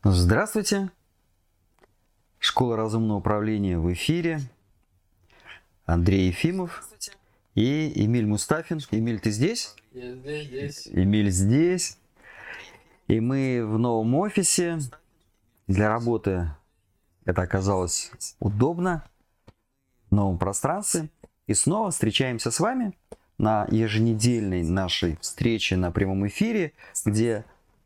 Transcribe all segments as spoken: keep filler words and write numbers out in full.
Здравствуйте! Школа разумного управления в эфире. Андрей Ефимов и Эмиль Мустафин. Эмиль, ты здесь? Я здесь, здесь. Эмиль здесь. И мы в новом офисе. Для работы это оказалось удобно. В новом пространстве. И снова встречаемся с вами на еженедельной нашей встрече на прямом эфире, где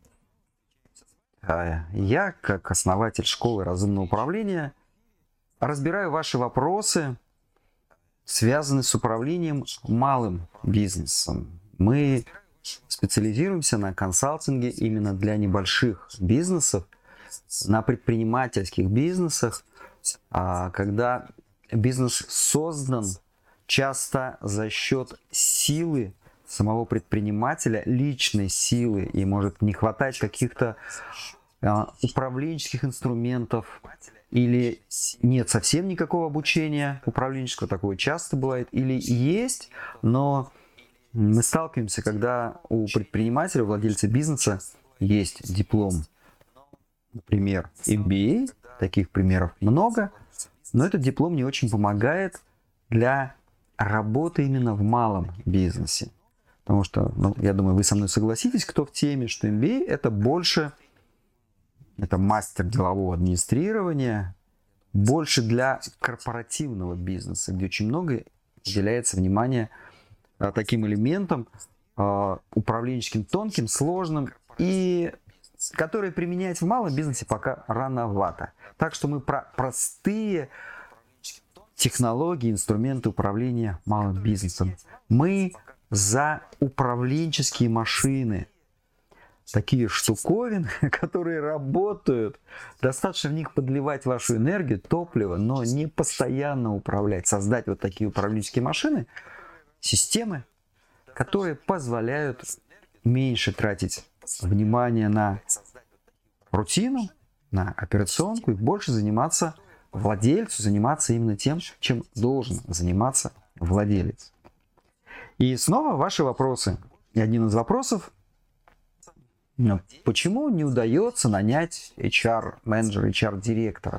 я, как основатель школы разумного управления, разбираю ваши вопросы, связанные с управлением малым бизнесом. Мы специализируемся на консалтинге именно для небольших бизнесов, на предпринимательских бизнесах, когда бизнес создан часто за счет силы самого предпринимателя, личной силы, и может не хватать каких-то а, управленческих инструментов, или нет совсем никакого обучения управленческого, такое часто бывает, или есть, но мы сталкиваемся, когда у предпринимателя, у владельца бизнеса есть диплом, например, эм би эй, таких примеров много, но этот диплом не очень помогает для работы именно в малом бизнесе. Потому что, ну, я думаю, вы со мной согласитесь, кто в теме, что эм би эй это больше, это мастер делового администрирования, больше для корпоративного бизнеса, где очень много уделяется внимания а, таким элементам, а, управленческим, тонким, сложным, и которые применять в малом бизнесе пока рановато. Так что мы про простые технологии, инструменты управления малым бизнесом. Мы за управленческие машины. Такие штуковины, которые работают. Достаточно в них подливать вашу энергию, топливо, но не постоянно управлять. Создать вот такие управленческие машины, системы, которые позволяют меньше тратить внимание на рутину, на операционку и больше заниматься владельцу, заниматься именно тем, чем должен заниматься владелец. И снова ваши вопросы. И один из вопросов, почему не удается нанять эйч ар-менеджера, эйч ар-директора?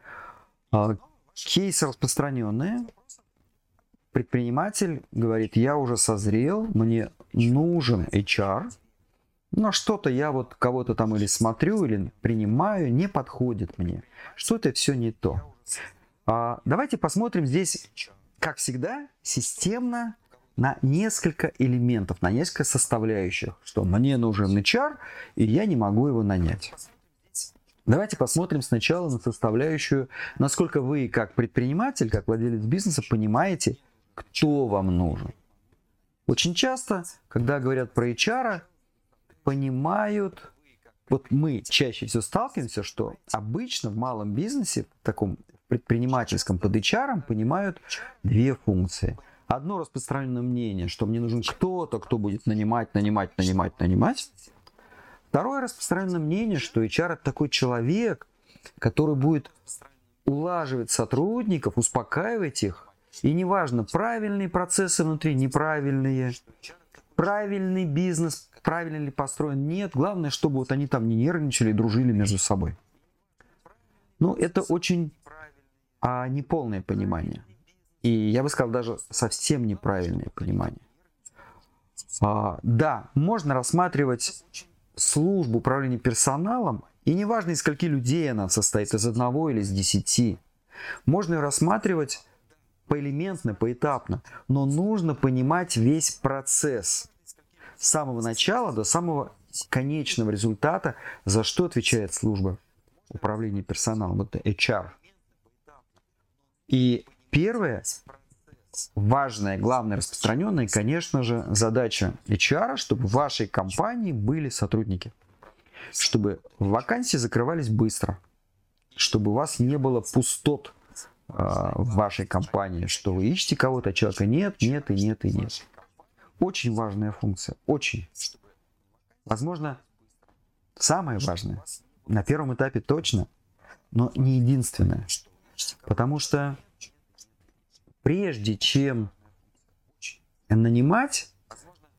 Кейс распространенный. Предприниматель говорит, я уже созрел, мне нужен эйч ар, но что-то я вот кого-то там или смотрю, или принимаю, не подходит мне. Что-то все не то. Давайте посмотрим здесь, как всегда, системно, на несколько элементов, на несколько составляющих, что мне нужен эйч ар, и я не могу его нанять. Давайте посмотрим сначала на составляющую, насколько вы, как предприниматель, как владелец бизнеса, понимаете, кто вам нужен. Очень часто, когда говорят про эйч ар, понимают, вот мы чаще всего сталкиваемся, что обычно в малом бизнесе, в таком предпринимательском под эйч ар, понимают две функции. Одно распространенное мнение, что мне нужен кто-то, кто будет нанимать, нанимать, нанимать, нанимать. Второе распространенное мнение, что эйч ар это такой человек, который будет улаживать сотрудников, успокаивать их. И неважно, правильные процессы внутри, неправильные, правильный бизнес, правильно ли построен, нет. Главное, чтобы вот они там не нервничали и дружили между собой. Ну, это очень а, неполное понимание. И я бы сказал, даже совсем неправильное понимание. А, да, можно рассматривать службу управления персоналом, и неважно, из скольки людей она состоит, из одного или из десяти. Можно ее рассматривать поэлементно, поэтапно, но нужно понимать весь процесс. С самого начала до самого конечного результата, за что отвечает служба управления персоналом, это эйч ар. И первое, важное, главное, распространенное, конечно же, задача эйч ар, чтобы в вашей компании были сотрудники. Чтобы вакансии закрывались быстро. Чтобы у вас не было пустот э, в вашей компании. Что вы ищете кого-то, а человека нет, нет и нет и нет. Очень важная функция. Очень. Возможно, самое важное. На первом этапе точно, но не единственное. Потому что прежде чем нанимать,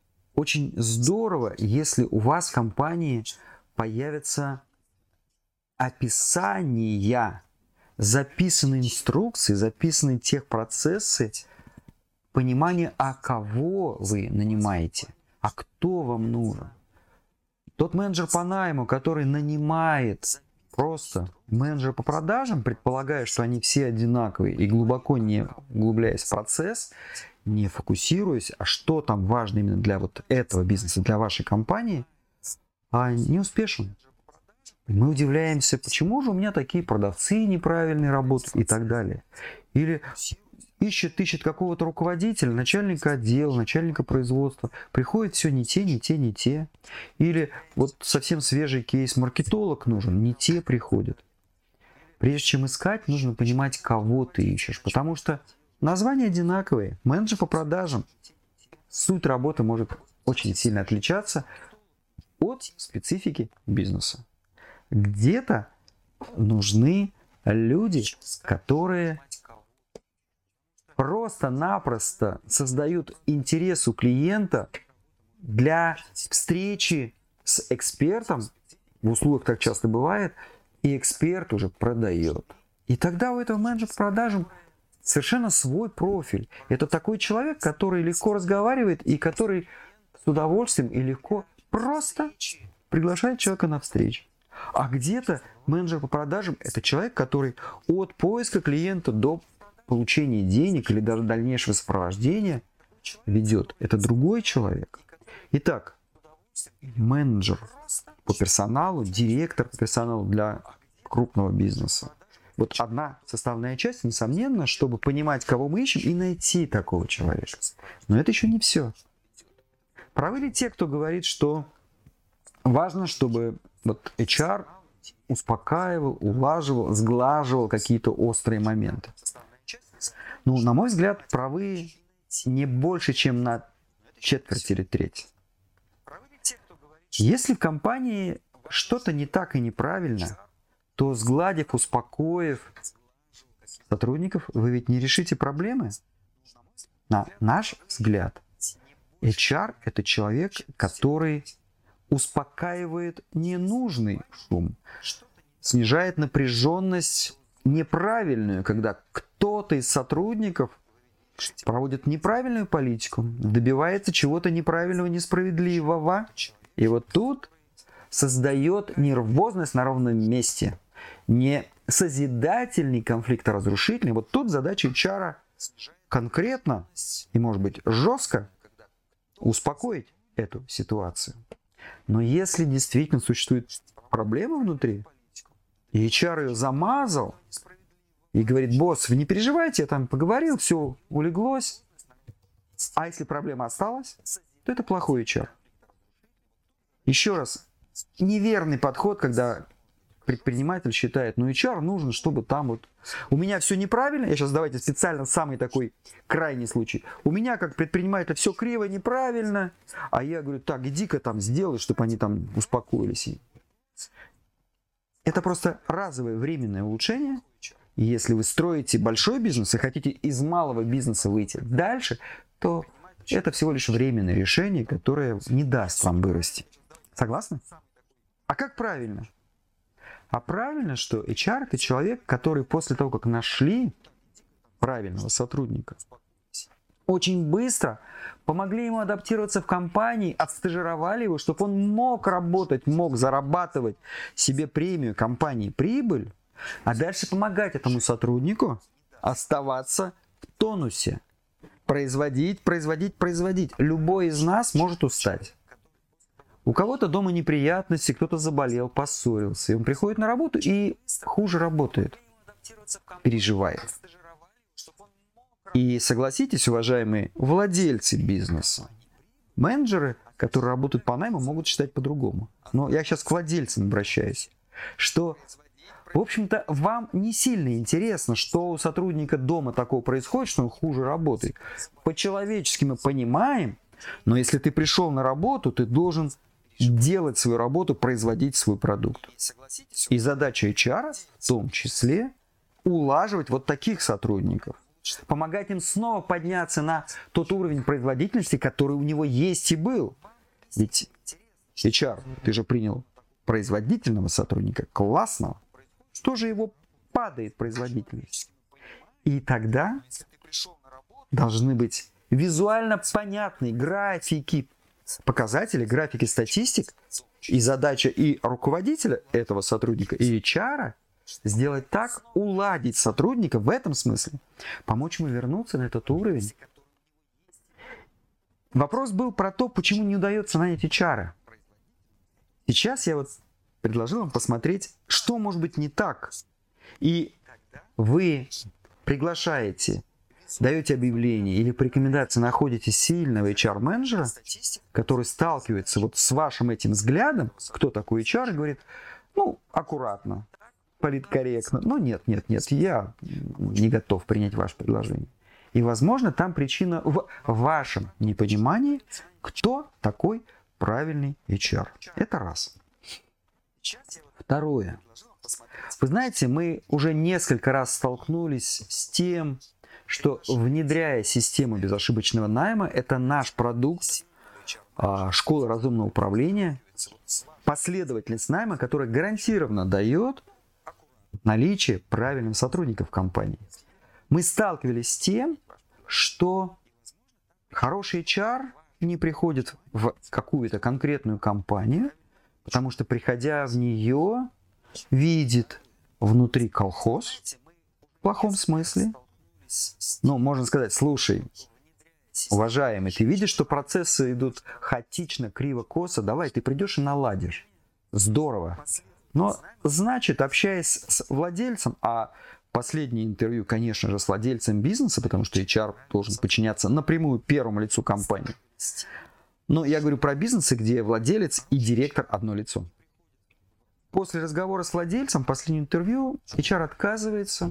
очень здорово, если у вас в компании появятся описания, записаны инструкции, записаны техпроцессы, понимание, а кого вы нанимаете, а кто вам нужен. Тот менеджер по найму, который нанимает просто менеджера по продажам, предполагая, что они все одинаковые, и глубоко не углубляясь в процесс, не фокусируясь, а что там важно именно для вот этого бизнеса, для вашей компании, а не успешен. Мы удивляемся, почему же у меня такие продавцы неправильные работают и так далее. Или ищет, ищет какого-то руководителя, начальника отдела, начальника производства. Приходит все не те, не те, не те. Или вот совсем свежий кейс, маркетолог нужен, не те приходят. Прежде чем искать, нужно понимать, кого ты ищешь. Потому что названия одинаковые. Менеджер по продажам. Суть работы может очень сильно отличаться от специфики бизнеса. Где-то нужны люди, которые просто-напросто создают интерес у клиента для встречи с экспертом, в услугах так часто бывает, и эксперт уже продает. И тогда у этого менеджера по продажам совершенно свой профиль. Это такой человек, который легко разговаривает и который с удовольствием и легко просто приглашает человека на встречу. А где-то менеджер по продажам – это человек, который от поиска клиента до получения денег или даже дальнейшего сопровождения ведет. Это другой человек. Итак, менеджер по персоналу, директор по персоналу для крупного бизнеса. Вот одна составная часть, несомненно, чтобы понимать, кого мы ищем, и найти такого человека. Но это еще не все. Правы ли те, кто говорит, что важно, чтобы вот эйч ар успокаивал, улаживал, сглаживал какие-то острые моменты? Ну, на мой взгляд, правы не больше, чем на четверть или треть. Если в компании что-то не так и неправильно, то сгладив, успокоив сотрудников, вы ведь не решите проблемы. На наш взгляд, эйч ар – это человек, который успокаивает ненужный шум, снижает напряженность неправильную, когда кто-то из сотрудников проводит неправильную политику, добивается чего-то неправильного, несправедливого, и вот тут создает нервозность на ровном месте. Не созидательный конфликт, а разрушительный. Вот тут задача эйч ар конкретно и, может быть, жестко успокоить эту ситуацию. Но если действительно существует проблема внутри, и эйч ар ее замазал, и говорит: босс, вы не переживайте, я там поговорил, все улеглось. А если проблема осталась, то это плохой эйч ар. Еще раз, неверный подход, когда предприниматель считает, ну эйч ар нужен, чтобы там вот... У меня все неправильно, я сейчас давайте специально самый такой крайний случай. У меня как предприниматель все криво, неправильно, а я говорю: так, иди-ка там сделай, чтобы они там успокоились. Это просто разовое временное улучшение. И если вы строите большой бизнес и хотите из малого бизнеса выйти дальше, то это всего лишь временное решение, которое не даст вам вырасти. Согласны? А как правильно? А правильно, что эйч ар – это человек, который после того, как нашли правильного сотрудника, очень быстро помогли ему адаптироваться в компании, отстажировали его, чтобы он мог работать, мог зарабатывать себе премию компании, прибыль, а дальше помогать этому сотруднику оставаться в тонусе, производить, производить, производить. Любой из нас может устать. У кого-то дома неприятности, кто-то заболел, поссорился. И он приходит на работу и хуже работает, переживает. И согласитесь, уважаемые владельцы бизнеса, менеджеры, которые работают по найму, могут считать по-другому. Но я сейчас к владельцам обращаюсь, что, в общем-то, вам не сильно интересно, что у сотрудника дома такого происходит, что он хуже работает. По-человечески мы понимаем, но если ты пришел на работу, ты должен делать свою работу, производить свой продукт. И задача эйч ар в том числе улаживать вот таких сотрудников, помогать им снова подняться на тот уровень производительности, который у него есть и был. Ведь эйч ар, ты же принял производительного сотрудника, классного, тоже его падает производительность. И тогда должны быть визуально понятные графики, показатели, графики статистик, и задача и руководителя этого сотрудника, и эйч ар сделать так, уладить сотрудника в этом смысле, помочь ему вернуться на этот уровень. Вопрос был про то, почему не удается нанять эйч ар. Сейчас я вот предложил вам посмотреть, что может быть не так. И вы приглашаете, даете объявление или по рекомендации находите сильного эйч ар-менеджера, который сталкивается вот с вашим этим взглядом, кто такой эйч ар, и говорит, ну, аккуратно, политкорректно, но нет, нет, нет, я не готов принять ваше предложение. И, возможно, там причина в вашем непонимании, кто такой правильный эйч ар. Это раз. Второе. Вы знаете, мы уже несколько раз столкнулись с тем, что, внедряя систему безошибочного найма, это наш продукт, школы разумного управления, последовательность найма, которая гарантированно дает наличие правильных сотрудников в компании. Мы сталкивались с тем, что хороший эйч ар не приходит в какую-то конкретную компанию, потому что, приходя в нее, видит внутри колхоз, в плохом смысле. Ну, можно сказать, слушай, уважаемый, ты видишь, что процессы идут хаотично, криво, косо, давай, ты придешь и наладишь. Здорово. Но, значит, общаясь с владельцем, а последнее интервью, конечно же, с владельцем бизнеса, потому что эйч ар должен подчиняться напрямую первому лицу компании. Но я говорю про бизнесы, где владелец и директор одно лицо. После разговора с владельцем, последнее интервью, эйч ар отказывается.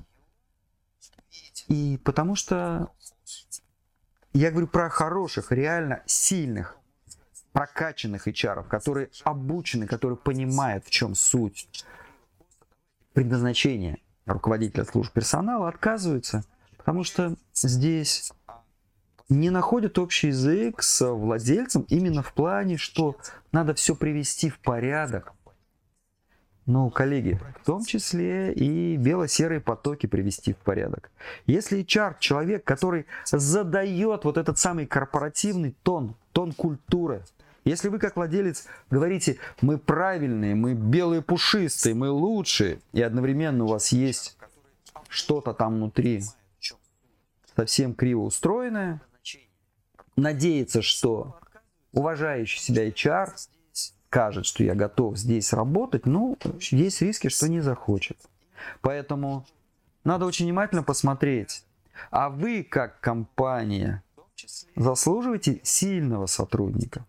И потому что я говорю про хороших, реально сильных, прокачанных эйч ар, которые обучены, которые понимают, в чем суть предназначения руководителя служб персонала, отказываются, потому что здесь не находят общий язык с владельцем именно в плане, что надо все привести в порядок. Ну, коллеги, в том числе и бело-серые потоки привести в порядок. Если эйч ар человек, который задает вот этот самый корпоративный тон, тон культуры, если вы как владелец говорите, мы правильные, мы белые пушистые, мы лучшие, и одновременно у вас есть что-то там внутри совсем криво устроенное, надеяться, что уважающий себя эйч ар скажет, что я готов здесь работать, ну, есть риски, что не захочет. Поэтому надо очень внимательно посмотреть, а вы как компания заслуживаете сильного сотрудника.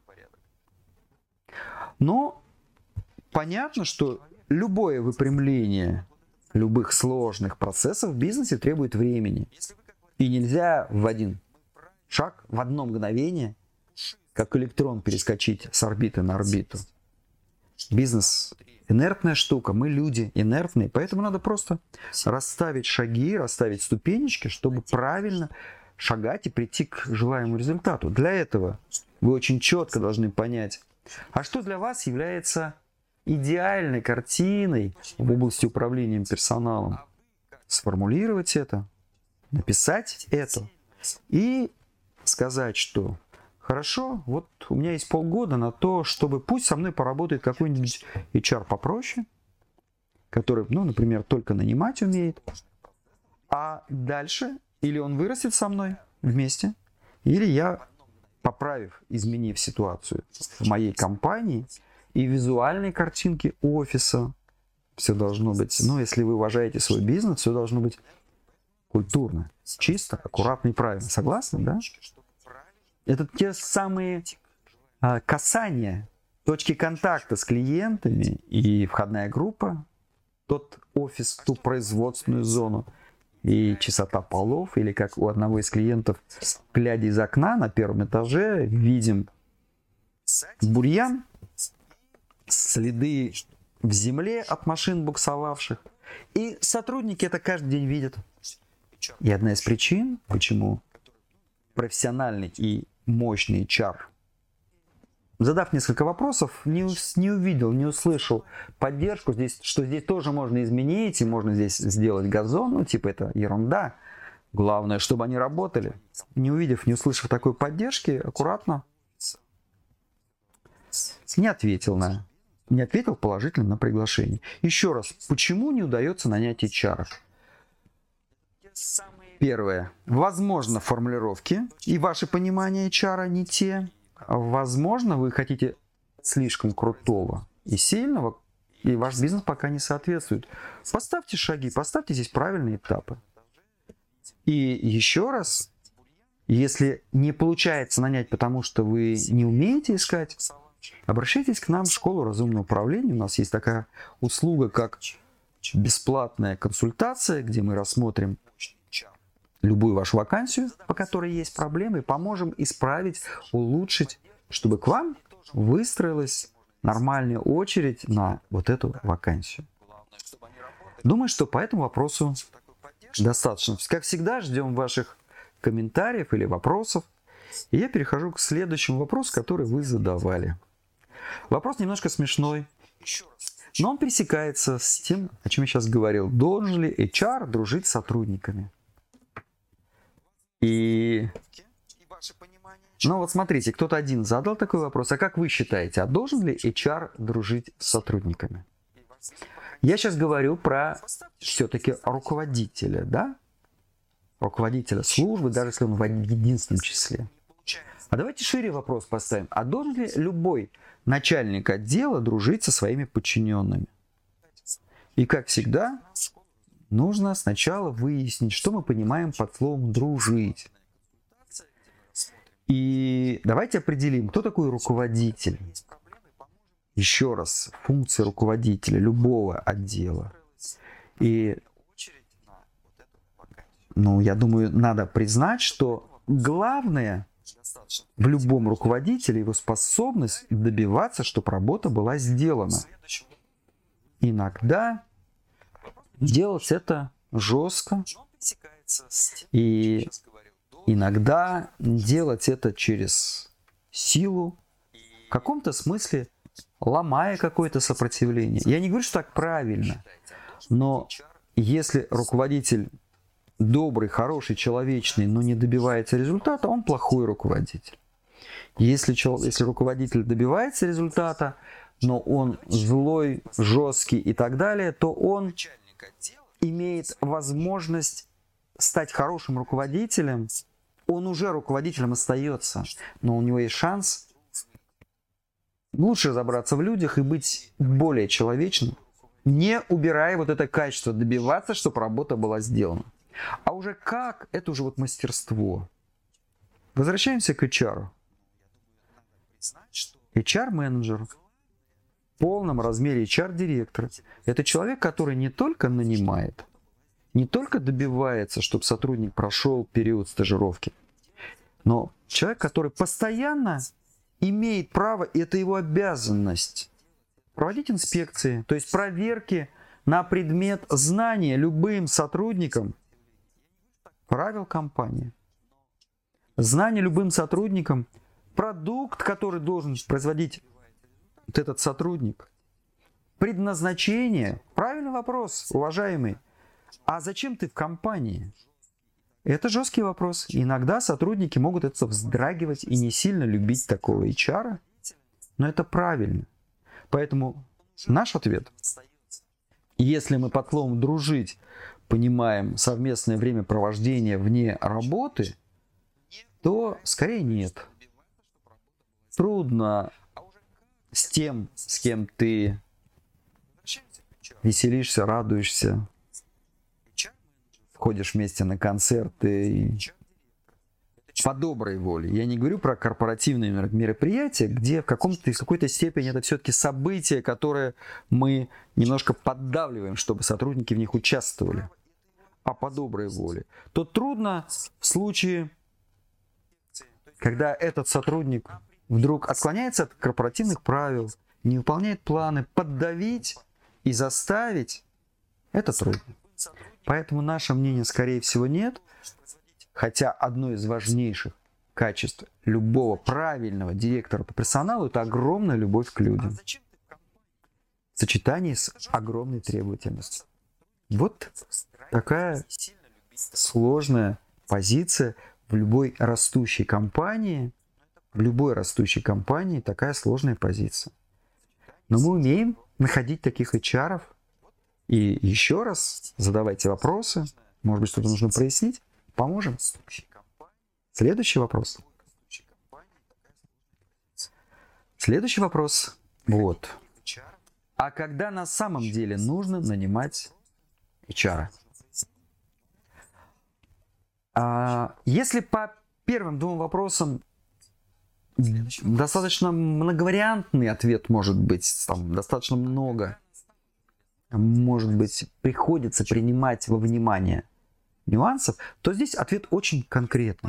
Но понятно, что любое выпрямление любых сложных процессов в бизнесе требует времени. И нельзя в один шаг, в одно мгновение, как электрон, перескочить с орбиты на орбиту. Бизнес – инертная штука, мы люди инертные, поэтому надо просто расставить шаги, расставить ступенечки, чтобы правильно шагать и прийти к желаемому результату. Для этого вы очень четко должны понять, а что для вас является идеальной картиной в области управления персоналом. Сформулировать это, написать это и сказать, что хорошо, вот у меня есть полгода на то, чтобы пусть со мной поработает какой-нибудь эйч ар попроще, который, ну, например, только нанимать умеет, а дальше или он вырастет со мной вместе, или я, поправив, изменив ситуацию в моей компании и визуальной картинки офиса, все должно быть, ну, если вы уважаете свой бизнес, все должно быть культурно, чисто, аккуратно и правильно. Согласны, да? Это те самые а, касания, точки контакта с клиентами и входная группа, тот офис, ту производственную зону и чистота полов, или как у одного из клиентов, глядя из окна на первом этаже, видим бурьян, следы в земле от машин буксовавших, и сотрудники это каждый день видят. И одна из причин, почему профессиональный и мощный эйч ар задав несколько вопросов, не, ус- не увидел, не услышал поддержку, здесь, что здесь тоже можно изменить, и можно здесь сделать газон, ну, типа, это ерунда. Главное, чтобы они работали. Не увидев, не услышав такой поддержки, аккуратно не ответил на, не ответил положительно на приглашение. Еще раз, почему не удается нанять эйч ар? Первое. Возможно, формулировки и ваши понимания эйч ар не те. Возможно, вы хотите слишком крутого и сильного, и ваш бизнес пока не соответствует. Поставьте шаги, поставьте здесь правильные этапы. И еще раз, если не получается нанять, потому что вы не умеете искать, обращайтесь к нам в школу разумного управления. У нас есть такая услуга, как бесплатная консультация, где мы рассмотрим любую вашу вакансию, по которой есть проблемы, и поможем исправить, улучшить, чтобы к вам выстроилась нормальная очередь на вот эту вакансию. Думаю, что по этому вопросу достаточно. Как всегда, ждем ваших комментариев или вопросов. И я перехожу к следующему вопросу, который вы задавали. Вопрос немножко смешной, но он пересекается с тем, о чем я сейчас говорил. Должен ли эйч ар дружить с сотрудниками? И... Ну вот смотрите, кто-то один задал такой вопрос. А как вы считаете, а должен ли эйч ар дружить с сотрудниками? Я сейчас говорю про все-таки руководителя, да? Руководителя службы, даже если он в единственном числе. А давайте шире вопрос поставим. А должен ли любой начальник отдела дружить со своими подчиненными? И как всегда, нужно сначала выяснить, что мы понимаем под словом «дружить». И давайте определим, кто такой руководитель. Еще раз, функция руководителя любого отдела. И, ну, я думаю, надо признать, что главное в любом руководителе его способность добиваться, чтобы работа была сделана. Иногда делать это жестко, и иногда делать это через силу, в каком-то смысле ломая какое-то сопротивление. Я не говорю, что так правильно, но если руководитель добрый, хороший, человечный, но не добивается результата, он плохой руководитель. Если, если руководитель добивается результата, но он злой, жесткий и так далее, то он имеет возможность стать хорошим руководителем. Он уже руководителем остается, но у него есть шанс лучше разобраться в людях и быть более человечным, не убирая вот это качество, добиваться, чтобы работа была сделана. А уже как, это уже вот мастерство. Возвращаемся к эйч ар. эйч ар-менеджер в полном размере эйч ар-директор – это человек, который не только нанимает, не только добивается, чтобы сотрудник прошел период стажировки, но человек, который постоянно имеет право, и это его обязанность, проводить инспекции, то есть проверки на предмет знания любым сотрудникам правил компании. Знание любым сотрудникам, продукт, который должен производить вот этот сотрудник, предназначение. Правильный вопрос, уважаемый. А зачем ты в компании? Это жесткий вопрос. Иногда сотрудники могут это вздрагивать и не сильно любить такого эйч ар, но это правильно. Поэтому наш ответ, если мы под словом «дружить» понимаем совместное времяпровождение вне работы, то скорее нет. Трудно с тем, с кем ты веселишься, радуешься, ходишь вместе на концерты по доброй воле. Я не говорю про корпоративные мероприятия, где в каком-то, в какой-то степени это все-таки события, которые мы немножко поддавливаем, чтобы сотрудники в них участвовали, а по доброй воле. То трудно в случае, когда этот сотрудник вдруг отклоняется от корпоративных правил, не выполняет планы, поддавить и заставить, это трудно. Поэтому наше мнение, скорее всего, нет. Хотя одно из важнейших качеств любого правильного директора по персоналу – это огромная любовь к людям. В сочетании с огромной требовательностью. Вот такая сложная позиция в любой растущей компании. В любой растущей компании такая сложная позиция. Но мы умеем находить таких эйч ар-ов. И еще раз задавайте вопросы. Может быть, что-то нужно прояснить. Поможем. Следующий вопрос. Следующий вопрос. Вот. А когда на самом деле нужно нанимать эйч ар? А, если по первым двум вопросам достаточно многовариантный ответ может быть, там достаточно много, может быть, приходится принимать во внимание нюансов, то здесь ответ очень конкретный.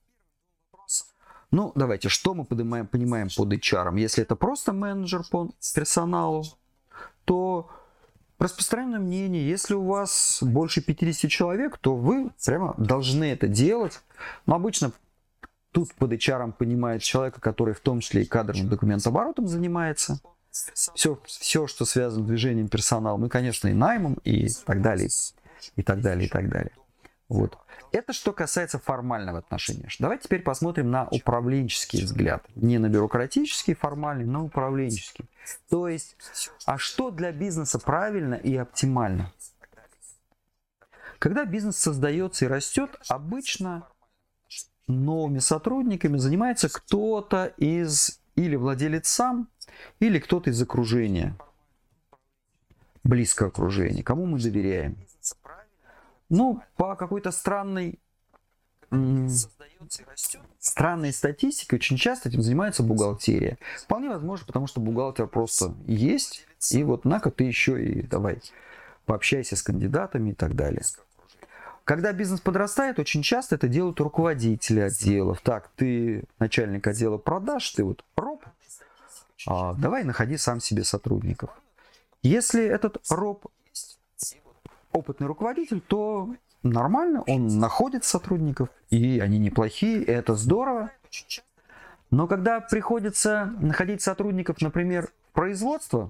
Ну, давайте, что мы понимаем, понимаем под эйч ар? Если это просто менеджер по персоналу, то распространенное мнение, если у вас больше пятидесяти человек, то вы прямо должны это делать. Но обычно тут под эйч ар понимает человека, который в том числе и кадровым документооборотом занимается. Все, все, что связано с движением персонала, ну, конечно, и наймом, и так далее, и так далее, и так далее. Вот. Это что касается формального отношения. Давайте теперь посмотрим на управленческий взгляд. Не на бюрократический, формальный, но управленческий. То есть, а что для бизнеса правильно и оптимально? Когда бизнес создается и растет, обычно новыми сотрудниками занимается кто-то из или владелец сам, или кто-то из окружения, близкого окружения, кому мы доверяем. Ну, по какой-то странной, м- странной статистике очень часто этим занимается бухгалтерия. Вполне возможно, потому что бухгалтер просто есть, и вот на-ка ты еще и давай пообщайся с кандидатами и так далее. Когда бизнес подрастает, очень часто это делают руководители отделов. Так, ты начальник отдела продаж, ты вот роб, а, давай находи сам себе сотрудников. Если этот роб опытный руководитель, то нормально, он находит сотрудников, и они неплохие, и это здорово. Но когда приходится находить сотрудников, например, в производство,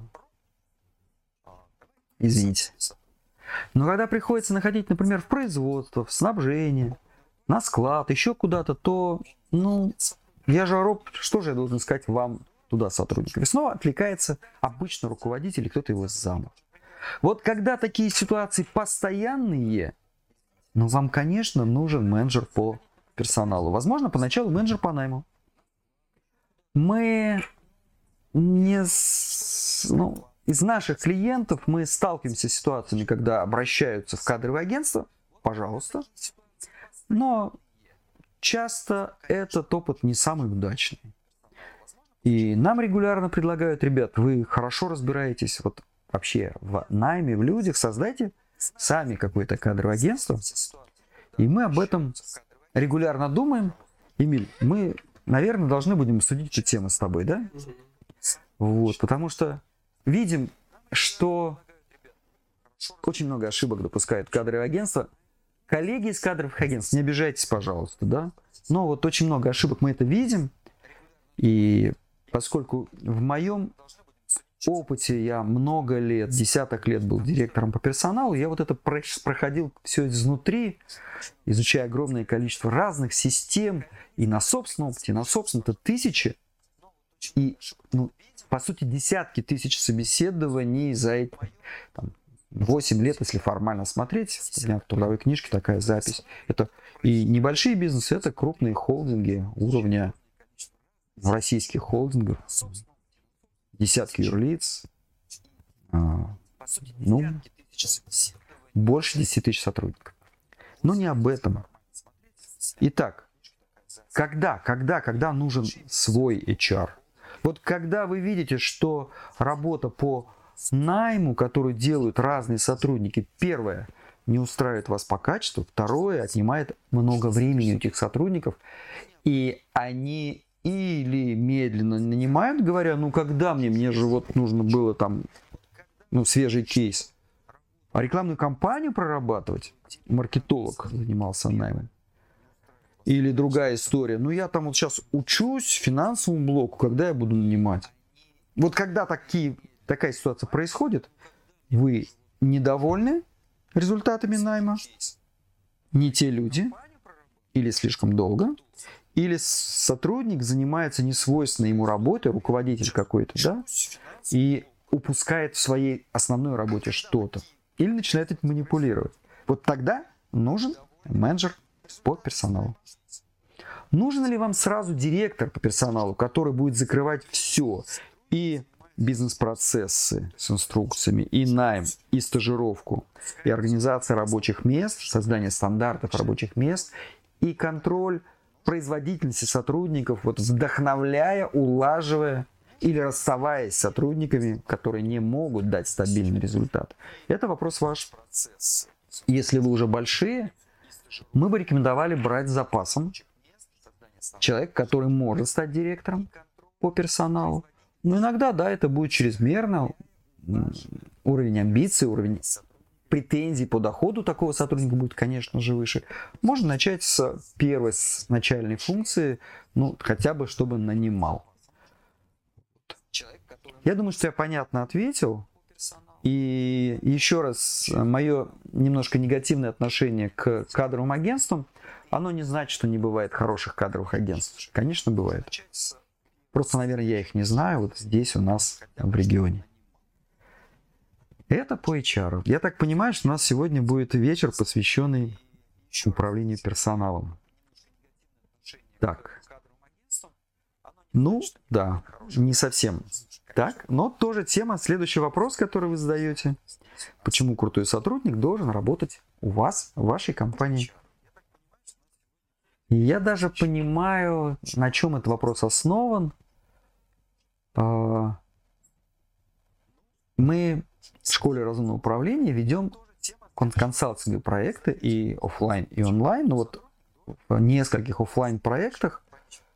извините, но когда приходится находить, например, в производство, в снабжение, на склад, еще куда-то, то, ну, я же роб, что же я должен сказать вам туда сотрудников? И снова отвлекается обычно руководитель или кто-то его замов. Вот когда такие ситуации постоянные, ну, вам, конечно, нужен менеджер по персоналу. Возможно, поначалу менеджер по найму. Мы не... С... Ну, из наших клиентов мы сталкиваемся с ситуациями, когда обращаются в кадровое агентство. Пожалуйста. Но часто этот опыт не самый удачный. И нам регулярно предлагают: ребят, вы хорошо разбираетесь вот вообще в найме, в людях, создайте сами какое-то кадровое агентство. И мы об этом регулярно думаем. Эмиль, мы, наверное, должны будем обсудить эту тему с тобой, да? Вот, потому что видим, что очень много ошибок допускают кадровые агентства. Коллеги из кадровых агентств, не обижайтесь, пожалуйста, да? Но вот очень много ошибок мы это видим. И поскольку в моем опыте я много лет, десяток лет был директором по персоналу, я вот это проходил все изнутри, изучая огромное количество разных систем, и на собственном опыте, на собственном-то тысячи, и, ну, по сути, десятки тысяч собеседований за эти там, восемь лет, если формально смотреть. У меня в трудовой книжке такая запись. Это и небольшие бизнесы, это крупные холдинги уровня российских холдингов. Десятки юрлиц, а, ну, больше десяти тысяч сотрудников. Но не об этом. Итак, когда, когда, когда нужен свой эйч ар? Вот когда вы видите, что работа по найму, которую делают разные сотрудники, первое, не устраивает вас по качеству, второе, отнимает много времени у этих сотрудников, и они или медленно нанимают, говоря: ну когда мне, мне же вот нужно было там, ну, свежий кейс, а рекламную кампанию прорабатывать, маркетолог занимался наймом, Или другая история. Ну, я там вот сейчас учусь финансовому блоку, когда я буду нанимать. Вот когда такие, такая ситуация происходит, вы недовольны результатами найма, не те люди, или слишком долго, или сотрудник занимается несвойственной ему работой, руководитель какой-то, да, и упускает в своей основной работе что-то, или начинает этим манипулировать. Вот тогда нужен менеджер по персоналу. Нужен ли вам сразу директор по персоналу, который будет закрывать все, и бизнес-процессы с инструкциями, и найм, и стажировку, и организация рабочих мест, создание стандартов рабочих мест, и контроль производительности сотрудников, вот вдохновляя, улаживая или расставаясь с сотрудниками, которые не могут дать стабильный результат. Это вопрос ваш. Если вы уже большие, мы бы рекомендовали брать с запасом человека, который может стать директором по персоналу. Но иногда, да, это будет чрезмерно. Уровень амбиций, уровень претензий по доходу такого сотрудника будет, конечно же, выше. Можно начать с первой, с начальной функции, ну, хотя бы, чтобы нанимал. Я думаю, что я понятно ответил. И еще раз, мое немножко негативное отношение к кадровым агентствам, оно не значит, что не бывает хороших кадровых агентств. Конечно, бывает. Просто, наверное, я их не знаю вот здесь у нас в регионе. Это по эйч ар. Я так понимаю, что у нас сегодня будет вечер, посвященный управлению персоналом. Так. Ну, да, не совсем так, но тоже тема. Следующий вопрос, который вы задаете. Почему крутой сотрудник должен работать у вас, в вашей компании? И я даже понимаю, на чем этот вопрос основан. Мы в школе разумного управления ведем консалтинговые проекты и офлайн, и онлайн. Но вот в нескольких офлайн проектах,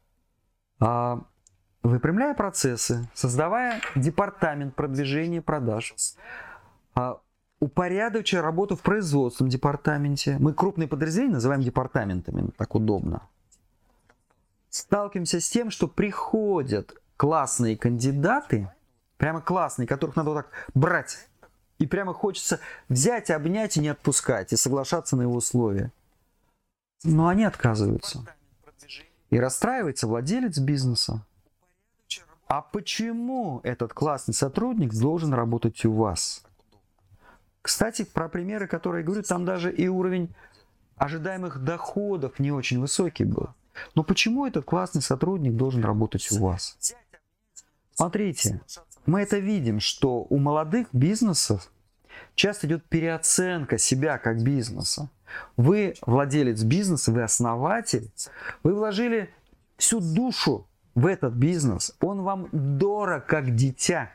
выпрямляя процессы, создавая департамент продвижения продаж, упорядочивая работу в производственном департаменте. Мы крупные подразделения называем департаментами, так удобно. Сталкиваемся с тем, что приходят классные кандидаты, прямо классные, которых надо вот так брать. И прямо хочется взять, обнять и не отпускать, и соглашаться на его условия. Но они отказываются. И расстраивается владелец бизнеса. А почему этот классный сотрудник должен работать у вас? Кстати, про примеры, которые я говорю, там даже и уровень ожидаемых доходов не очень высокий был. Но почему этот классный сотрудник должен работать у вас? Смотрите, мы это видим, что у молодых бизнесов часто идет переоценка себя как бизнеса. Вы владелец бизнеса, вы основатель, вы вложили всю душу в этот бизнес, он вам дорог как дитя.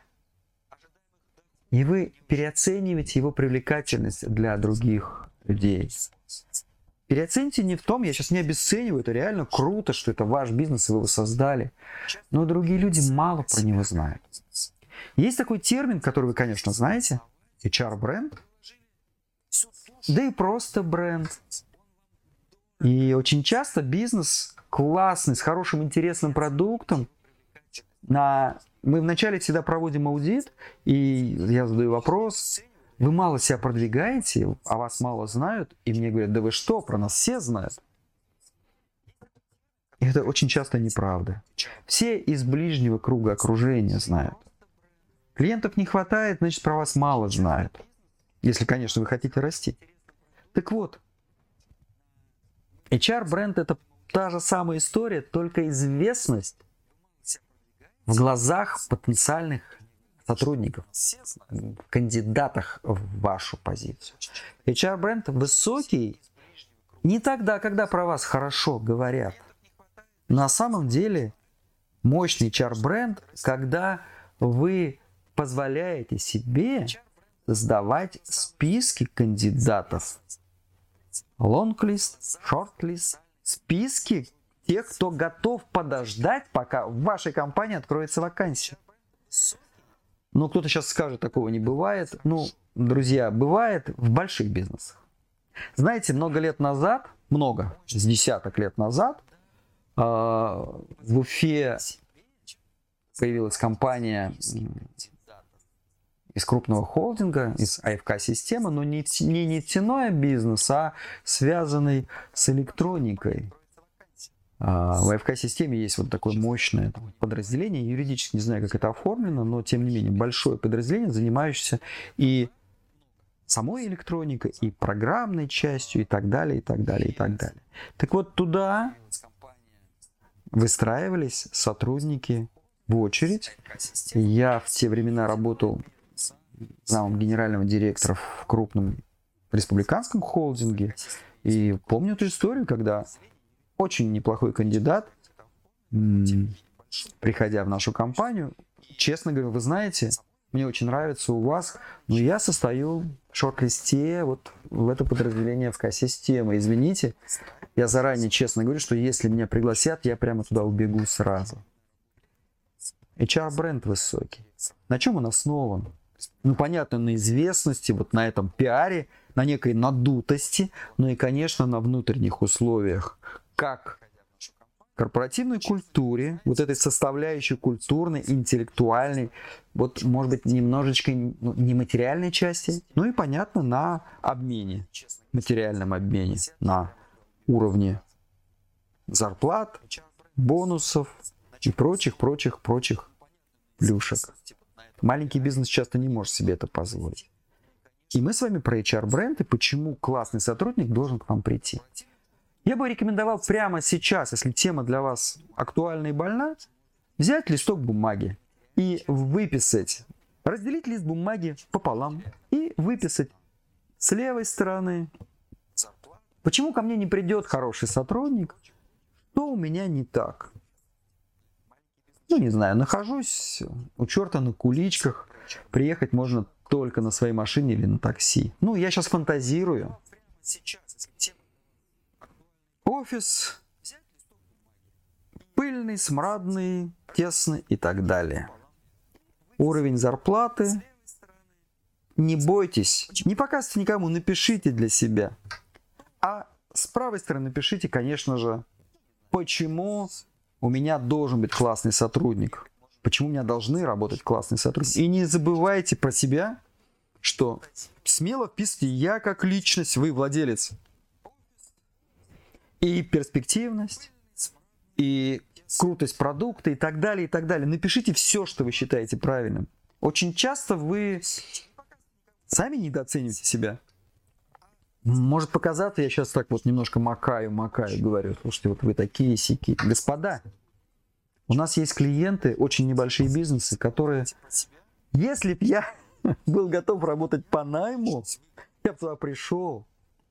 И вы переоцениваете его привлекательность для других людей. Переоцените не в том, я сейчас не обесцениваю, это реально круто, что это ваш бизнес, и вы его создали. Но другие люди мало про него знают. Есть такой термин, который вы, конечно, знаете, эйч ар-бренд, да и просто бренд. И очень часто бизнес классный, с хорошим, интересным продуктом. На... Мы вначале всегда проводим аудит, и я задаю вопрос: вы мало себя продвигаете, а вас мало знают? И мне говорят: да вы что, про нас все знают. И это очень часто неправда. Все из ближнего круга окружения знают. Клиентов не хватает, значит, про вас мало знают. Если, конечно, вы хотите расти. Так вот, эйч ар-бренд — это та же самая история, только известность в глазах потенциальных сотрудников, в кандидатах в вашу позицию. эйч ар-бренд высокий не тогда, когда про вас хорошо говорят. На самом деле мощный эйч ар-бренд, когда вы позволяете себе создавать списки кандидатов. Лонг-лист, шорт-лист, списки тех, кто готов подождать, пока в вашей компании откроется вакансия. Но кто-то сейчас скажет, такого не бывает. Ну, друзья, бывает в больших бизнесах. Знаете, много лет назад, много, с десяток лет назад, э, в Уфе появилась компания из крупного холдинга, из АФК-системы, но не, не нефтяной бизнес, а связанный с электроникой. В АФК-системе есть вот такое мощное подразделение, юридически не знаю, как это оформлено, но тем не менее большое подразделение, занимающееся и самой электроникой, и программной частью, и так далее, и так далее, и так далее. Так вот, туда выстраивались сотрудники в очередь. Я в те времена работал замом генерального директора в крупном республиканском холдинге. И помню эту историю, когда очень неплохой кандидат, приходя в нашу компанию, честно говорю, вы знаете, мне очень нравится у вас, но я состою в шорт-листе вот в это подразделение АФК-системы. Извините, я заранее честно говорю, что если меня пригласят, я прямо туда убегу сразу. эйч ар-бренд высокий. На чем он основан? Ну, понятно, на известности, вот на этом пиаре, на некой надутости, но и, конечно, на внутренних условиях, как корпоративной культуре, вот этой составляющей культурной, интеллектуальной, вот, может быть, немножечко ну, нематериальной части, ну и, понятно, на обмене, материальном обмене, на уровне зарплат, бонусов и прочих, прочих, прочих плюшек. Маленький бизнес часто не может себе это позволить. И мы с вами про эйч ар-бренд и почему классный сотрудник должен к вам прийти. Я бы рекомендовал прямо сейчас, если тема для вас актуальна и больна, взять листок бумаги и выписать, разделить лист бумаги пополам и выписать с левой стороны, почему ко мне не придет хороший сотрудник, что у меня не так. Ну, не знаю, нахожусь у черта на куличках, приехать можно только на своей машине или на такси. Ну, я сейчас фантазирую. Офис пыльный, смрадный, тесный и так далее. Уровень зарплаты. Не бойтесь, не показывайте никому, напишите для себя. А с правой стороны напишите, конечно же, почему у меня должен быть классный сотрудник. Почему у меня должны работать классные сотрудники. И не забывайте про себя, что смело вписывайте я как личность, вы владелец. И перспективность, и крутость продукта, и так далее, и так далее. Напишите все, что вы считаете правильным. Очень часто вы сами недооцениваете себя. Может показаться, я сейчас так вот немножко макаю, макаю, говорю, слушайте, вот вы такие сики. Господа, у нас есть клиенты, очень небольшие бизнесы, которые, если б я был готов работать по найму, я бы туда пришел.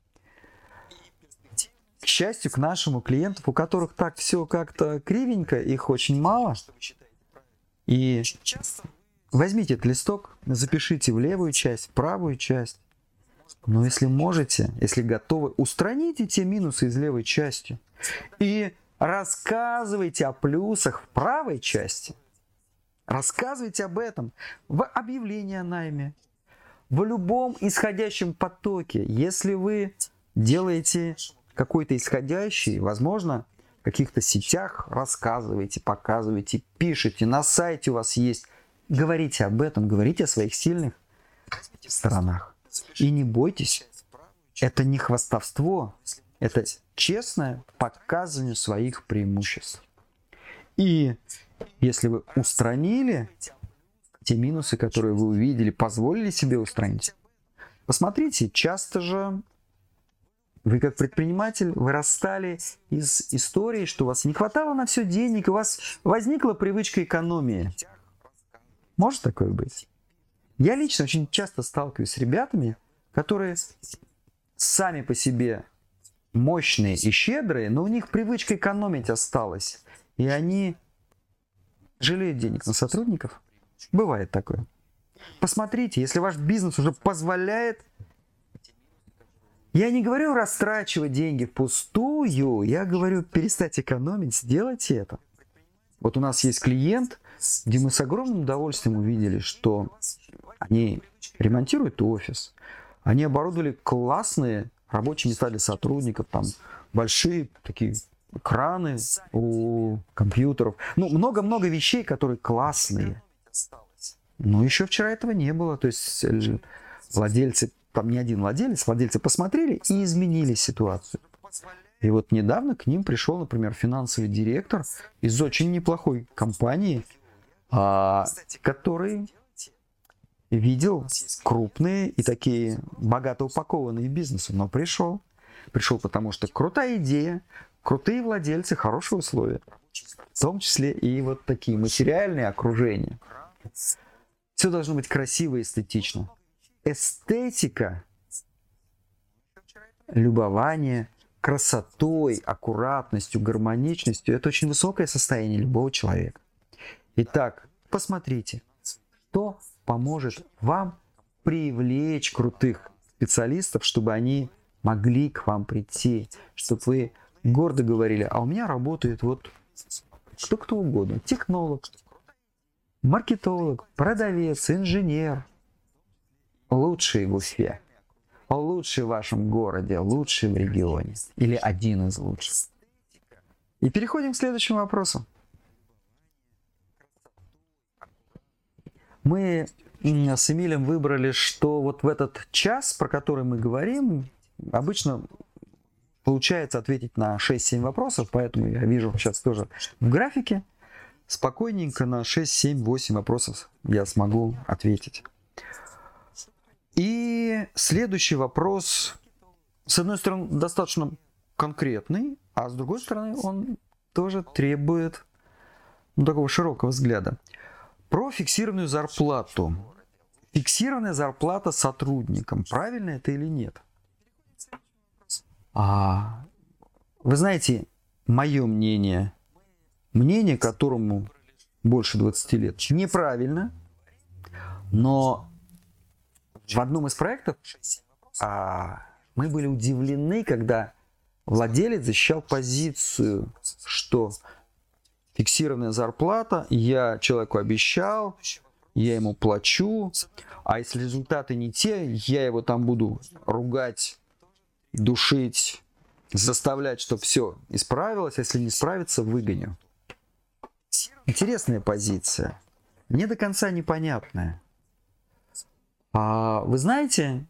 К счастью, к нашему клиенту, у которых так все как-то кривенько, их очень мало. И возьмите этот листок, запишите в левую часть, в правую часть. Но если можете, если готовы, устраните те минусы из левой части. И рассказывайте о плюсах в правой части. Рассказывайте об этом в объявлении о найме, в любом исходящем потоке. Если вы делаете какой-то исходящий, возможно, в каких-то сетях рассказываете, показываете, пишете, на сайте у вас есть. Говорите об этом, говорите о своих сильных сторонах. И не бойтесь, это не хвастовство, это честное показывание своих преимуществ. И если вы устранили те минусы, которые вы увидели, позволили себе устранить, посмотрите, часто же вы как предприниматель вырастали из истории, что у вас не хватало на все денег, у вас возникла привычка экономии. Может такое быть? Я лично очень часто сталкиваюсь с ребятами, которые сами по себе мощные и щедрые, но у них привычка экономить осталась. И они жалеют денег на сотрудников. Бывает такое. Посмотрите, если ваш бизнес уже позволяет... Я не говорю растрачивать деньги впустую, я говорю перестать экономить, сделайте это. Вот у нас есть клиент, где мы с огромным удовольствием увидели, что они ремонтируют офис, они оборудовали классные рабочие места для сотрудников, там большие такие экраны у компьютеров. Ну, много-много вещей, которые классные. Но еще вчера этого не было. То есть владельцы, там не один владелец, владельцы посмотрели и изменили ситуацию. И вот недавно к ним пришел, например, финансовый директор из очень неплохой компании, а, который видел крупные и такие богато упакованные бизнесы, но пришел. Пришел, потому что крутая идея, крутые владельцы, хорошие условия. В том числе и вот такие материальные окружения. Все должно быть красиво и эстетично. Эстетика, любование красотой, аккуратностью, гармоничностью — это очень высокое состояние любого человека. Итак, посмотрите, что поможет вам привлечь крутых специалистов, чтобы они могли к вам прийти, чтобы вы гордо говорили: а у меня работает вот кто кто угодно, технолог, маркетолог, продавец, инженер, лучший в Уфе, лучший в вашем городе, лучший в регионе или один из лучших. И переходим к следующему вопросу. Мы с Эмилем выбрали, что вот в этот час, про который мы говорим, обычно получается ответить на шесть-семь вопросов, поэтому я вижу сейчас тоже в графике, спокойненько на шесть, семь, восемь вопросов я смогу ответить. И следующий вопрос, с одной стороны, достаточно конкретный, а с другой стороны, он тоже требует, ну, такого широкого взгляда. Про фиксированную зарплату. Фиксированная зарплата сотрудникам. Правильно это или нет? А, вы знаете, мое мнение, мнение, которому больше двадцати лет, неправильно, но в одном из проектов а, мы были удивлены, когда владелец защищал позицию, что фиксированная зарплата, я человеку обещал, я ему плачу, а если результаты не те, я его там буду ругать, душить, заставлять, чтобы все исправилось, если не справится, выгоню. Интересная позиция, не до конца непонятная. А вы знаете,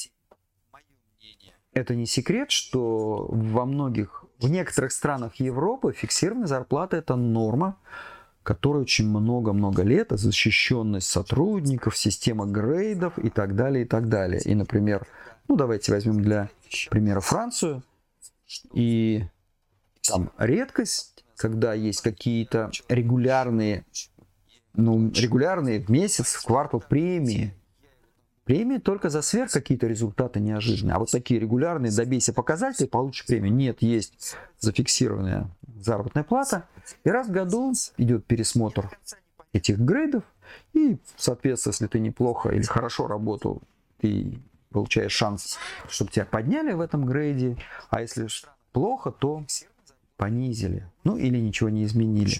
это не секрет, что во многих, в некоторых странах Европы фиксированная зарплата — это норма, которая очень много-много лет, защищенность сотрудников, система грейдов и так далее, и так далее. И, например, ну давайте возьмем для примера Францию, и там редкость, когда есть какие-то регулярные, ну, регулярные в месяц, в квартал премии. Премии только за сверх какие-то результаты неожиданные. А вот такие регулярные, добейся показателей, получишь премию. Нет, есть зафиксированная заработная плата. И раз в году идет пересмотр этих грейдов. И, соответственно, если ты неплохо или хорошо работал, ты получаешь шанс, чтобы тебя подняли в этом грейде. А если плохо, то понизили. Ну или ничего не изменили.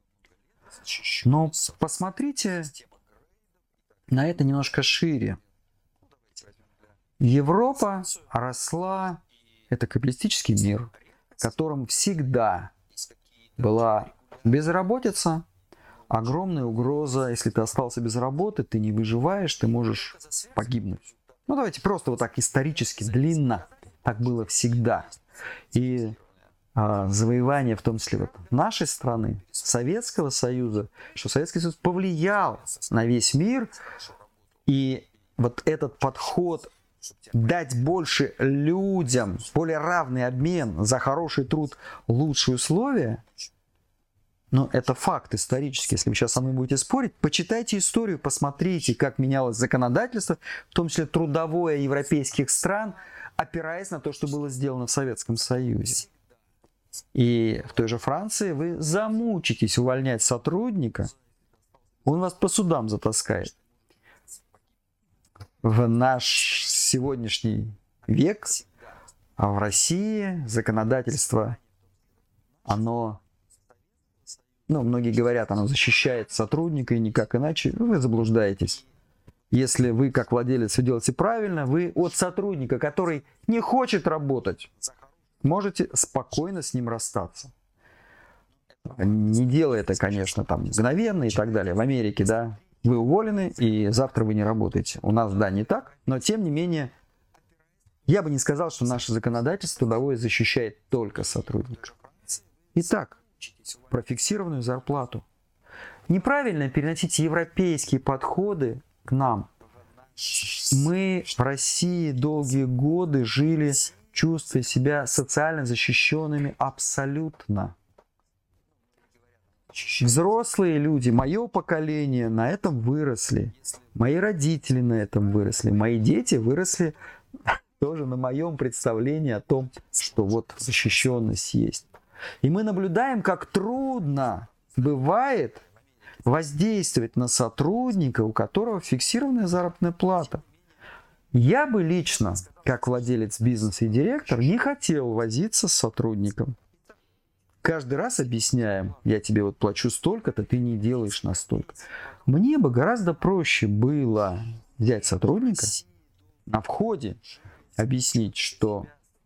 Но посмотрите на это немножко шире. Европа росла, это капиталистический мир, в котором всегда была безработица, огромная угроза. Если ты остался без работы, ты не выживаешь, ты можешь погибнуть. Ну давайте просто вот так исторически, длинно. Так было всегда. И а, завоевание, в том числе вот нашей страны, Советского Союза, что Советский Союз повлиял на весь мир. И вот этот подход дать больше людям, более равный обмен за хороший труд, лучшие условия, но это факт исторический. Если вы сейчас со мной будете спорить, почитайте историю, посмотрите, как менялось законодательство, в том числе трудовое европейских стран, опираясь на то, что было сделано в Советском Союзе. И в той же Франции вы замучитесь увольнять сотрудника, он вас по судам затаскает. В наш сегодняшний век, а в России законодательство, оно, ну, многие говорят, оно защищает сотрудника и никак иначе. Вы заблуждаетесь. Если вы, как владелец, все делаете правильно, вы от сотрудника, который не хочет работать, можете спокойно с ним расстаться. Не делая это, конечно, там мгновенно и так далее. В Америке, да, вы уволены, и завтра вы не работаете. У нас, да, не так, но тем не менее, я бы не сказал, что наше законодательство трудовое защищает только сотрудника. Итак, про фиксированную зарплату. Неправильно переносить европейские подходы к нам. Мы в России долгие годы жили, чувствуя себя социально защищенными абсолютно. Взрослые люди, мое поколение на этом выросли. Мои родители на этом выросли. Мои дети выросли тоже на моем представлении о том, что вот защищенность есть. И мы наблюдаем, как трудно бывает воздействовать на сотрудника, у которого фиксированная заработная плата. Я бы лично, как владелец бизнеса и директор, не хотел возиться с сотрудником. Каждый раз объясняем, я тебе вот плачу столько-то, ты не делаешь настолько. Мне бы гораздо проще было взять сотрудника, на входе объяснить, что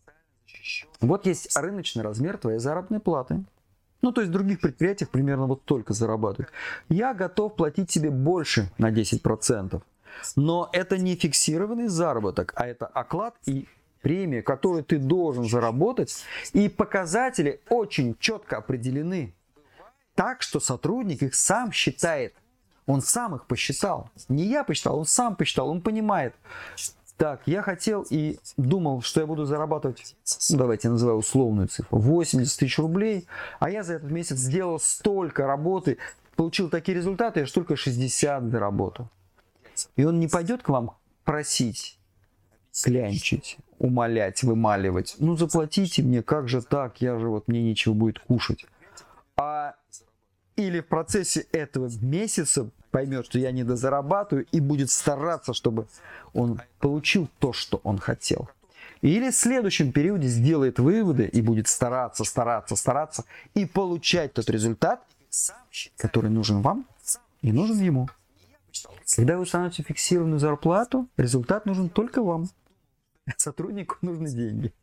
вот есть рыночный размер твоей заработной платы. Ну, то есть в других предприятиях примерно вот столько зарабатывают. Я готов платить тебе больше на десять процентов. Но это не фиксированный заработок, а это оклад и премия, которую ты должен заработать. И показатели очень четко определены. Так, что сотрудник их сам считает. Он сам их посчитал. Не я посчитал, он сам посчитал, он понимает. Так, я хотел и думал, что я буду зарабатывать, ну, давайте я называю условную цифру, восемьдесят тысяч рублей, а я за этот месяц сделал столько работы, получил такие результаты, я ж только шестьдесят заработал. И он не пойдет к вам просить, клянчить, умолять, вымаливать. Ну, заплатите мне, как же так, я же вот, мне нечего будет кушать. А или в процессе этого месяца поймет, что я недозарабатываю, и будет стараться, чтобы он получил то, что он хотел. Или в следующем периоде сделает выводы и будет стараться, стараться, стараться и получать тот результат, который нужен вам и нужен ему. Когда вы установите фиксированную зарплату, результат нужен только вам. Сотруднику нужны деньги.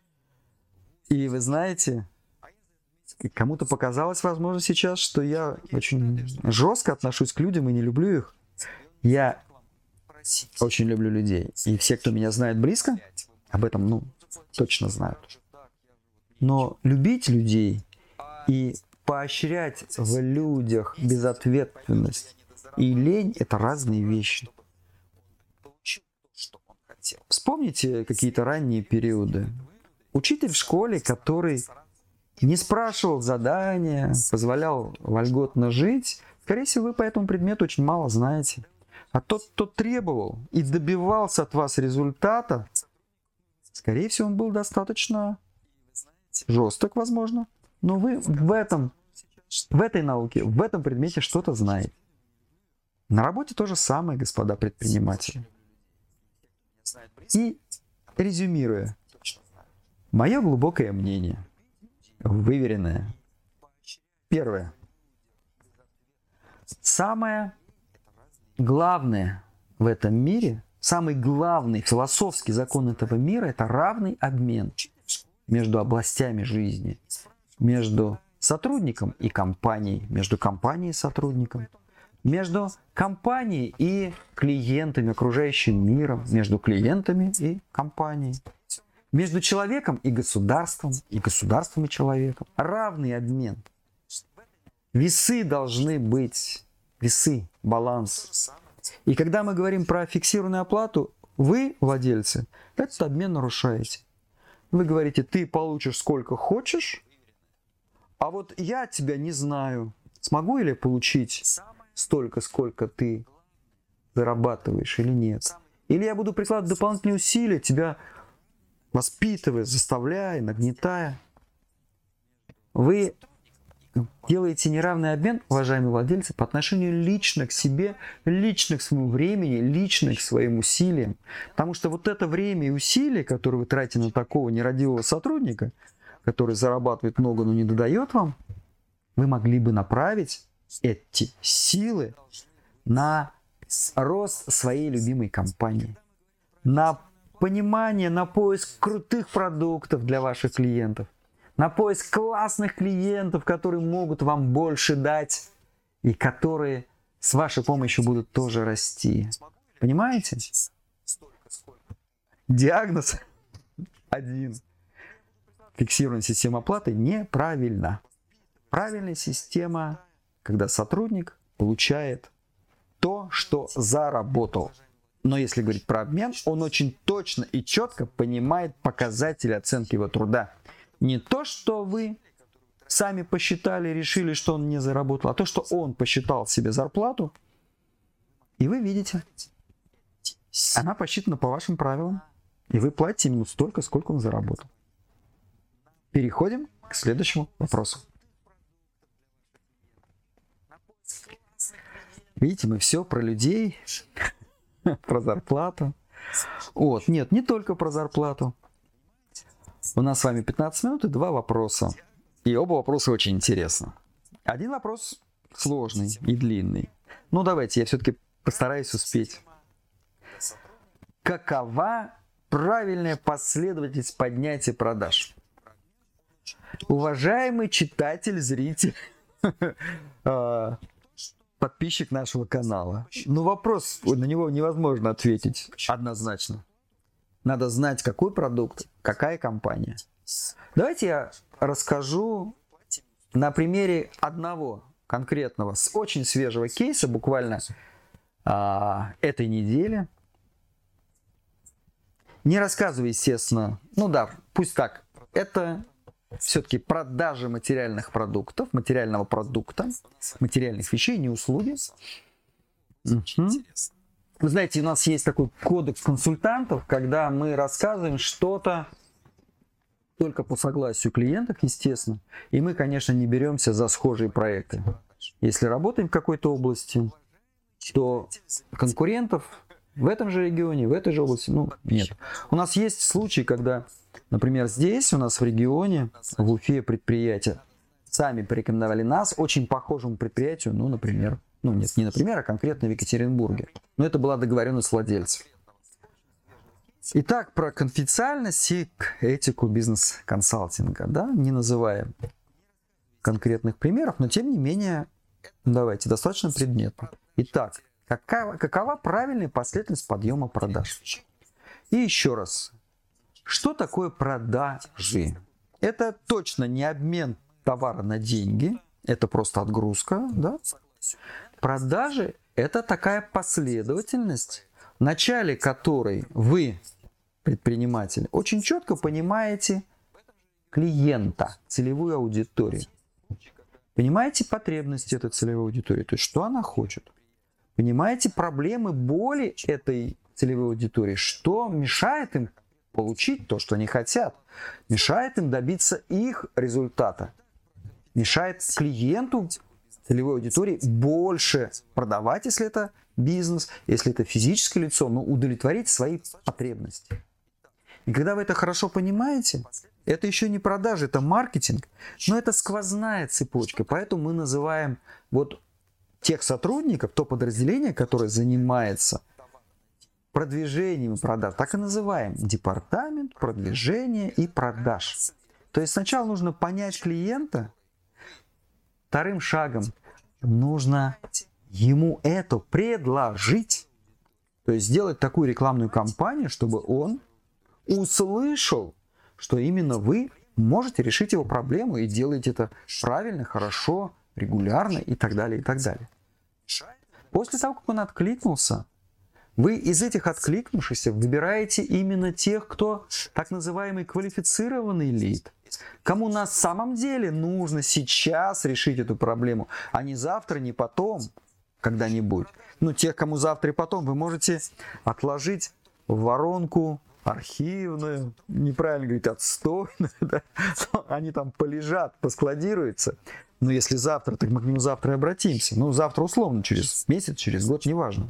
И вы знаете, кому-то показалось, возможно, сейчас, что я очень жестко отношусь к людям и не люблю их. Я очень люблю людей. И все, кто меня знает близко, об этом, ну, точно знают. Но любить людей и поощрять в людях безответственность и лень – это разные вещи. Вспомните какие-то ранние периоды. Учитель в школе, который не спрашивал задания, позволял вольготно жить, скорее всего, вы по этому предмету очень мало знаете. А тот, кто требовал и добивался от вас результата, скорее всего, он был достаточно жесток, возможно. Но вы в этом, в этой науке, в этом предмете что-то знаете. На работе то же самое, господа предприниматели. И резюмируя, мое глубокое мнение, выверенное. Первое. Самое главное в этом мире, самый главный философский закон этого мира – это равный обмен между областями жизни, между сотрудником и компанией, между компанией и сотрудником, между компанией и клиентами, окружающим миром, между клиентами и компанией, между человеком и государством, и государством и человеком. Равный обмен. Весы должны быть, весы, баланс. И когда мы говорим про фиксированную оплату, вы, владельцы, этот обмен нарушаете. Вы говорите, ты получишь сколько хочешь, а вот я тебя не знаю, смогу ли получить столько, сколько ты зарабатываешь или нет. Или я буду прикладывать дополнительные усилия, тебя воспитывая, заставляя, нагнетая. Вы делаете неравный обмен, уважаемые владельцы, по отношению лично к себе, лично к своему времени, лично к своим усилиям. Потому что вот это время и усилия, которые вы тратите на такого нерадивого сотрудника, который зарабатывает много, но не додает вам, вы могли бы направить эти силы на рост своей любимой компании, на понимание, на поиск крутых продуктов для ваших клиентов, на поиск классных клиентов, которые могут вам больше дать и которые с вашей помощью будут тоже расти. Понимаете? Диагноз один. Фиксированная система оплаты неправильна. Правильная система, когда сотрудник получает то, что заработал. Но если говорить про обмен, он очень точно и четко понимает показатели оценки его труда. Не то, что вы сами посчитали, решили, что он не заработал, а то, что он посчитал себе зарплату, и вы видите, она посчитана по вашим правилам, и вы платите ему столько, сколько он заработал. Переходим к следующему вопросу. Видите, мы все про людей, про зарплату. Вот, нет, не только про зарплату. У нас с вами пятнадцать минут и два вопроса. И оба вопроса очень интересны. Один вопрос сложный и длинный. Ну, давайте, я все-таки постараюсь успеть. Какова правильная последовательность поднятия продаж? Уважаемый читатель, зритель, подписчик нашего канала. Ну, вопрос, на него невозможно ответить однозначно. Надо знать, какой продукт, какая компания. Давайте я расскажу на примере одного конкретного, с очень свежего кейса, буквально а, этой недели. Не рассказываю, естественно, ну да, пусть так, это все-таки продажи материальных продуктов, материального продукта, материальных вещей, не услуги. Угу. Вы знаете, у нас есть такой кодекс консультантов, когда мы рассказываем что-то только по согласию клиентов, естественно, и мы, конечно, не беремся за схожие проекты. Если работаем в какой-то области, то конкурентов в этом же регионе, в этой же области, ну, нет. У нас есть случаи, когда, например, здесь у нас в регионе, в Уфе, предприятия сами порекомендовали нас очень похожему предприятию, ну, например, ну, нет, не например, а конкретно в Екатеринбурге. Но это была договоренность владельцев. Итак, про конфиденциальность и этику бизнес-консалтинга, да, не называя конкретных примеров, но тем не менее, давайте, достаточно предметно. Итак, какова, какова правильная последовательность подъема продаж? И еще раз, что такое продажи? Это точно не обмен товара на деньги, это просто отгрузка, да? Продажи – это такая последовательность, в начале которой вы, предприниматель, очень четко понимаете клиента, целевую аудиторию. Понимаете потребности этой целевой аудитории, то есть что она хочет. Понимаете проблемы, боли этой целевой аудитории, что мешает им получить то, что они хотят, мешает им добиться их результата, мешает клиенту, целевой аудитории больше продавать, если это бизнес, если это физическое лицо, но удовлетворить свои потребности. И когда вы это хорошо понимаете, это еще не продажи, это маркетинг, но это сквозная цепочка, поэтому мы называем вот тех сотрудников, то подразделение, которое занимается продвижением продаж, так и называем департамент продвижения и продаж. То есть сначала нужно понять клиента, вторым шагом нужно ему это предложить, то есть сделать такую рекламную кампанию, чтобы он услышал, что именно вы можете решить его проблему и делаете это правильно, хорошо, регулярно и так далее, и так далее. После того, как он откликнулся, вы из этих откликнувшихся выбираете именно тех, кто так называемый квалифицированный лид, кому на самом деле нужно сейчас решить эту проблему, а не завтра, не потом, когда-нибудь. Ну, тех, кому завтра и потом, вы можете отложить в воронку архивную, неправильно говорить, отстойную, да? Они там полежат, поскладируются. Но если завтра, так мы к нему завтра и обратимся. Ну, завтра условно, через месяц, через год, неважно.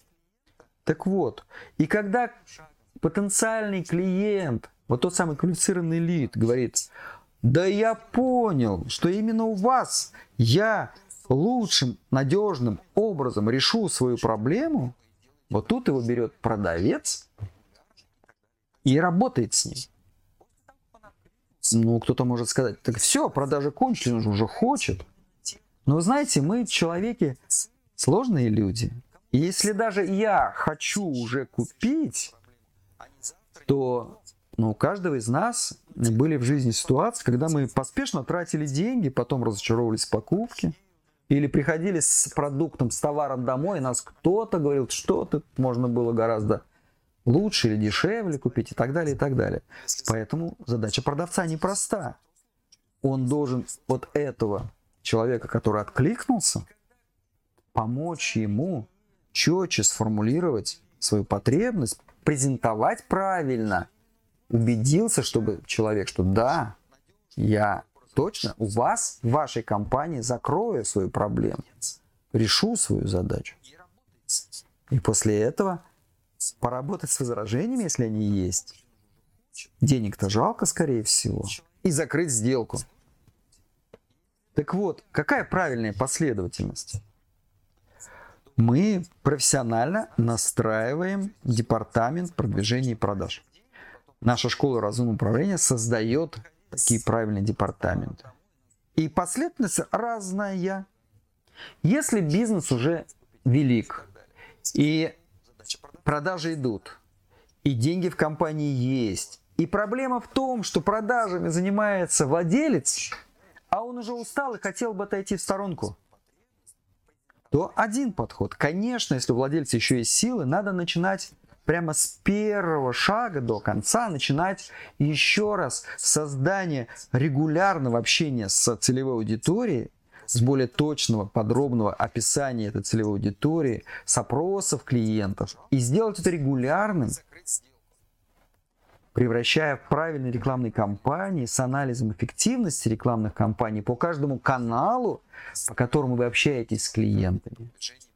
Так вот, и когда потенциальный клиент, вот тот самый квалифицированный лид, говорит: да я понял, что именно у вас я лучшим, надежным образом решу свою проблему, вот тут его берет продавец и работает с ним. Ну, кто-то может сказать, так все, продажи кончились, он же уже хочет. Но вы знаете, мы, человеки, сложные люди. И если даже я хочу уже купить, то ну, у каждого из нас были в жизни ситуации, когда мы поспешно тратили деньги, потом разочаровывались в покупке, или приходили с продуктом, с товаром домой, и нас кто-то говорил, что тут можно было гораздо лучше или дешевле купить, и так далее, и так далее. Поэтому задача продавца непроста. Он должен вот этого человека, который откликнулся, помочь ему четче сформулировать свою потребность, презентовать правильно, убедился, чтобы человек, что да, я точно у вас, в вашей компании закрою свою проблему, решу свою задачу. И после этого поработать с возражениями, если они есть, денег-то жалко, скорее всего, и закрыть сделку. Так вот, какая правильная последовательность? Мы профессионально настраиваем департамент продвижения и продаж. Наша школа разумного управления создает такие правильные департаменты. И последовательность разная. Если бизнес уже велик, и продажи идут, и деньги в компании есть, и проблема в том, что продажами занимается владелец, а он уже устал и хотел бы отойти в сторонку, то один подход. Конечно, если у владельца еще есть силы, надо начинать прямо с первого шага до конца, начинать еще раз создание регулярного общения с целевой аудиторией, с более точного, подробного описания этой целевой аудитории, с опросов клиентов, и сделать это регулярным, превращая в правильные рекламные кампании с анализом эффективности рекламных кампаний по каждому каналу, по которому вы общаетесь с клиентами.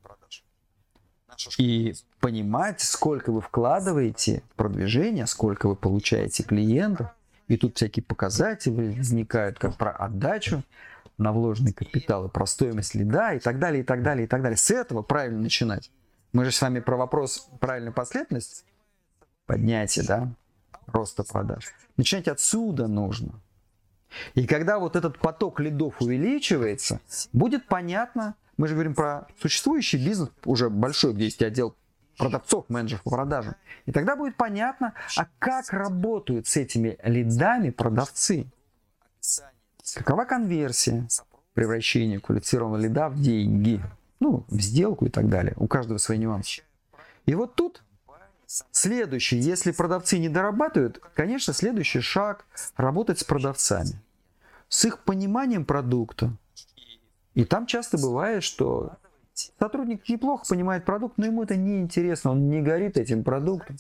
И понимать, сколько вы вкладываете в продвижение, сколько вы получаете клиентов. И тут всякие показатели возникают, как про отдачу на вложенный капитал и про стоимость лида и так далее, и так далее, и так далее. С этого правильно начинать. Мы же с вами про вопрос правильной последовательности, поднятия, да, роста продаж. Начинать отсюда нужно. И когда вот этот поток лидов увеличивается, будет понятно, мы же говорим про существующий бизнес, уже большой, где есть отдел продавцов, менеджеров по продажам. И тогда будет понятно, а как работают с этими лидами продавцы. Какова конверсия, превращение квалифицированного лида в деньги, ну, в сделку и так далее. У каждого свои нюансы. И вот тут следующий, если продавцы не дорабатывают, конечно, следующий шаг – работать с продавцами, с их пониманием продукта. И там часто бывает, что сотрудник неплохо понимает продукт, но ему это не интересно, он не горит этим продуктом.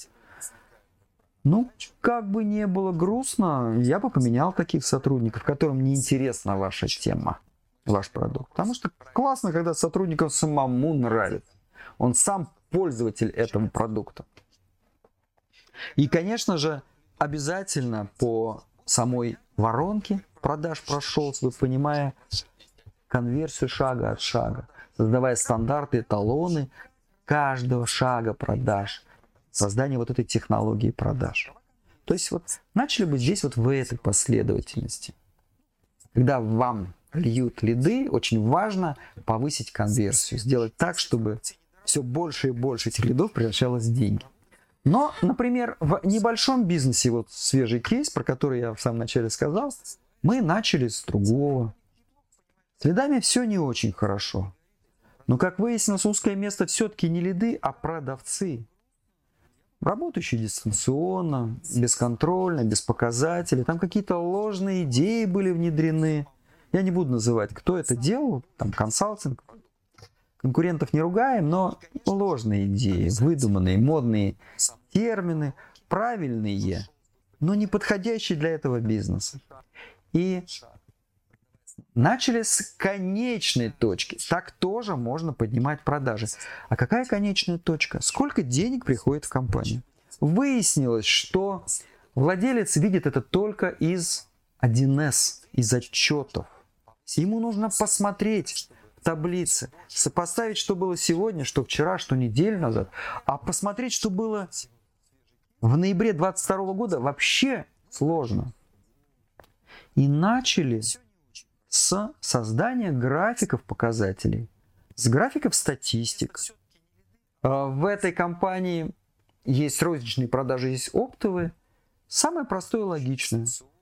Ну, как бы не было грустно, я бы поменял таких сотрудников, которым не интересна ваша тема, ваш продукт. Потому что классно, когда сотрудникам самому нравится. Он сам пользователь этого продукта. И, конечно же, обязательно по самой воронке продаж прошелся, понимая конверсию шага от шага, создавая стандарты, эталоны каждого шага продаж, создание вот этой технологии продаж. То есть вот начали бы здесь вот в этой последовательности. Когда вам льют лиды, очень важно повысить конверсию, сделать так, чтобы все больше и больше этих лидов превращалось в деньги. Но, например, в небольшом бизнесе, вот свежий кейс, про который я в самом начале сказал, мы начали с другого. С лидами все не очень хорошо. Но, как выяснилось, узкое место все-таки не лиды, а продавцы. Работающие дистанционно, бесконтрольно, без показателей. Там какие-то ложные идеи были внедрены. Я не буду называть, кто это делал, там консалтинг. Конкурентов не ругаем, но ложные идеи, выдуманные, модные термины, правильные, но не подходящие для этого бизнеса. И начали с конечной точки. Так тоже можно поднимать продажи. А какая конечная точка? Сколько денег приходит в компанию? Выяснилось, что владелец видит это только из один эс, из отчетов. Ему нужно посмотреть в таблице, сопоставить, что было сегодня, что вчера, что неделю назад, а посмотреть, что было в ноябре двадцать второго года, вообще сложно. И начали с создания графиков показателей, с графиков статистик. В этой компании есть розничные продажи, есть оптовые. Самое простое и логичное.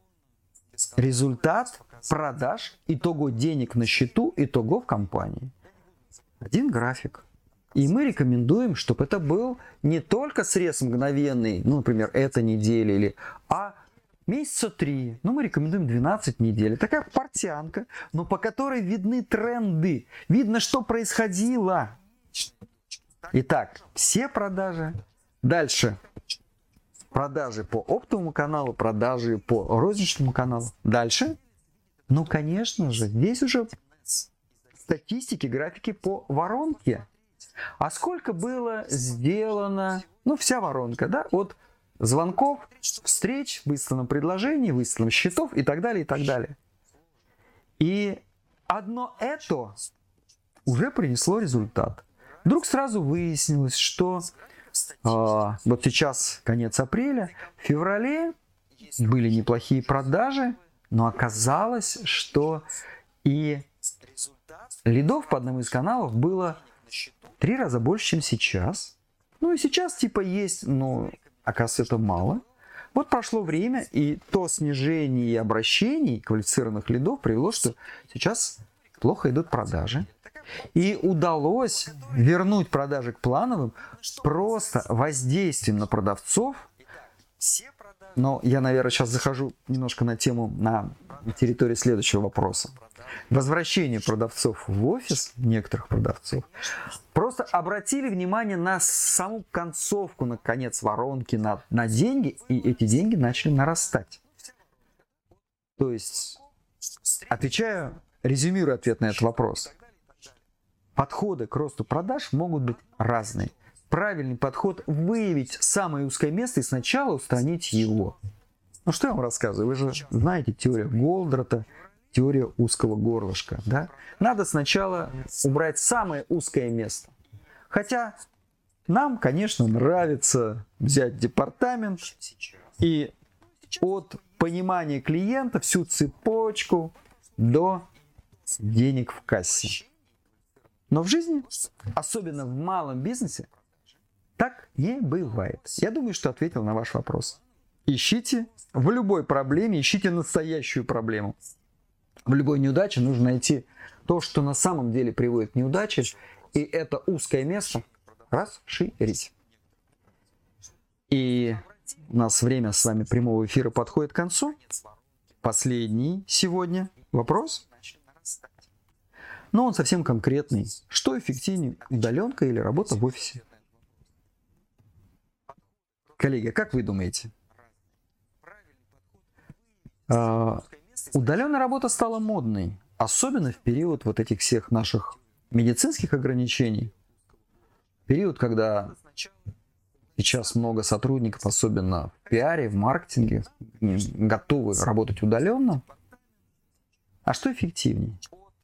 Результат продаж, итого денег на счету, итого в компании. Один график. И мы рекомендуем, чтобы это был не только срез мгновенный, ну, например, эта неделя, или, а месяца три. Ну, мы рекомендуем двенадцать недель. Такая портянка, но по которой видны тренды. Видно, что происходило. Итак, все продажи. Дальше. Продажи по оптовому каналу, продажи по розничному каналу. Дальше. Ну, конечно же, здесь уже статистики, графики по воронке. А сколько было сделано, ну, вся воронка, да, от звонков, встреч, выставленных предложений, выставленных счетов и так далее, и так далее. И одно это уже принесло результат. Вдруг сразу выяснилось, что э, вот сейчас конец апреля, в феврале были неплохие продажи, но оказалось, что и лидов по одному из каналов было в три раза больше, чем сейчас. Ну и сейчас типа есть, но оказывается это мало. Вот прошло время, и то снижение обращений квалифицированных лидов привело, что сейчас плохо идут продажи. И удалось вернуть продажи к плановым просто воздействием на продавцов. Но я, наверное, сейчас захожу немножко на тему, на территорию следующего вопроса. Возвращение продавцов в офис, некоторых продавцов, просто обратили внимание на саму концовку, на конец воронки, на, на деньги, и эти деньги начали нарастать. То есть, отвечаю, резюмирую ответ на этот вопрос. Подходы к росту продаж могут быть разные. Правильный подход – выявить самое узкое место и сначала устранить его. Ну что я вам рассказываю? Вы же знаете теорию Голдрата, теория узкого горлышка. Да? Надо сначала убрать самое узкое место. Хотя нам, конечно, нравится взять департамент и от понимания клиента всю цепочку до денег в кассе. Но в жизни, особенно в малом бизнесе, так не бывает. Я думаю, что ответил на ваш вопрос. Ищите в любой проблеме, ищите настоящую проблему. В любой неудаче нужно найти то, что на самом деле приводит к неудаче, и это узкое место расширить. И у нас время с вами прямого эфира подходит к концу. Последний сегодня вопрос. Но он совсем конкретный. Что эффективнее, удаленка или работа в офисе? Коллеги, как вы думаете? А, удаленная работа стала модной, особенно в период вот этих всех наших медицинских ограничений. Период, когда сейчас много сотрудников, особенно в пиаре, в маркетинге, готовы работать удаленно. А что эффективнее?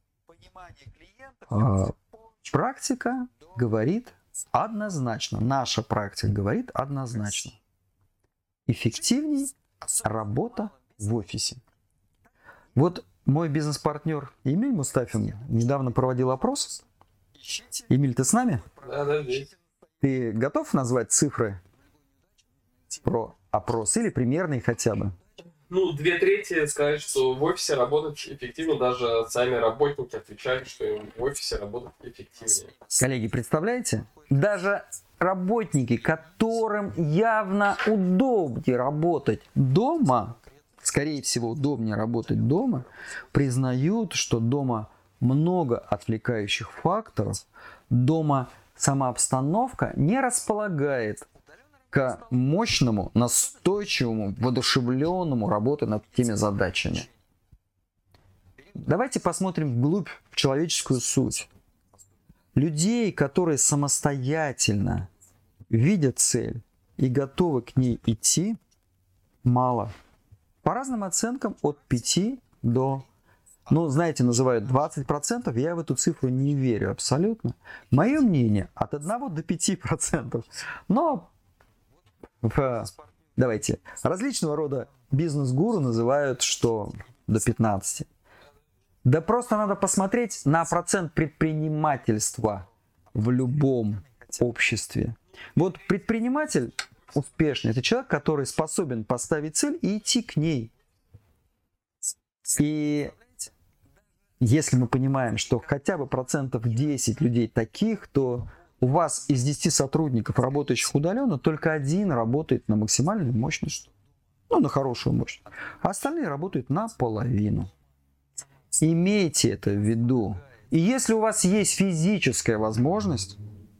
А, практика говорит однозначно, наша практика говорит однозначно. Эффективнее работа в офисе. Вот мой бизнес-партнер Эмиль Мустафин недавно проводил опрос. Эмиль, ты с нами? Да, да, здесь. Ты готов назвать цифры про опрос или примерные хотя бы? Ну, две трети сказали, что в офисе работать эффективно, даже сами работники отвечали, что им в офисе работать эффективнее. Коллеги, представляете? Даже работники, которым явно удобнее работать дома, скорее всего, удобнее работать дома, признают, что дома много отвлекающих факторов, дома сама обстановка не располагает к мощному, настойчивому, воодушевленному работе над теми задачами. Давайте посмотрим вглубь в человеческую суть. Людей, которые самостоятельно видят цель и готовы к ней идти, мало. По разным оценкам от пяти до Ну, знаете, называют двадцать процентов, я в эту цифру не верю абсолютно. Мое мнение от одного до пяти процентов. Но, в, давайте, различного рода бизнес-гуру называют, что до пятнадцати. Да просто надо посмотреть на процент предпринимательства в любом обществе. Вот предприниматель успешный – это человек, который способен поставить цель и идти к ней. И если мы понимаем, что хотя бы процентов десять людей таких, то у вас из десяти сотрудников, работающих удаленно, только один работает на максимальную мощность, ну, на хорошую мощность, а остальные работают наполовину. Имейте это в виду. И если у вас есть физическая возможность,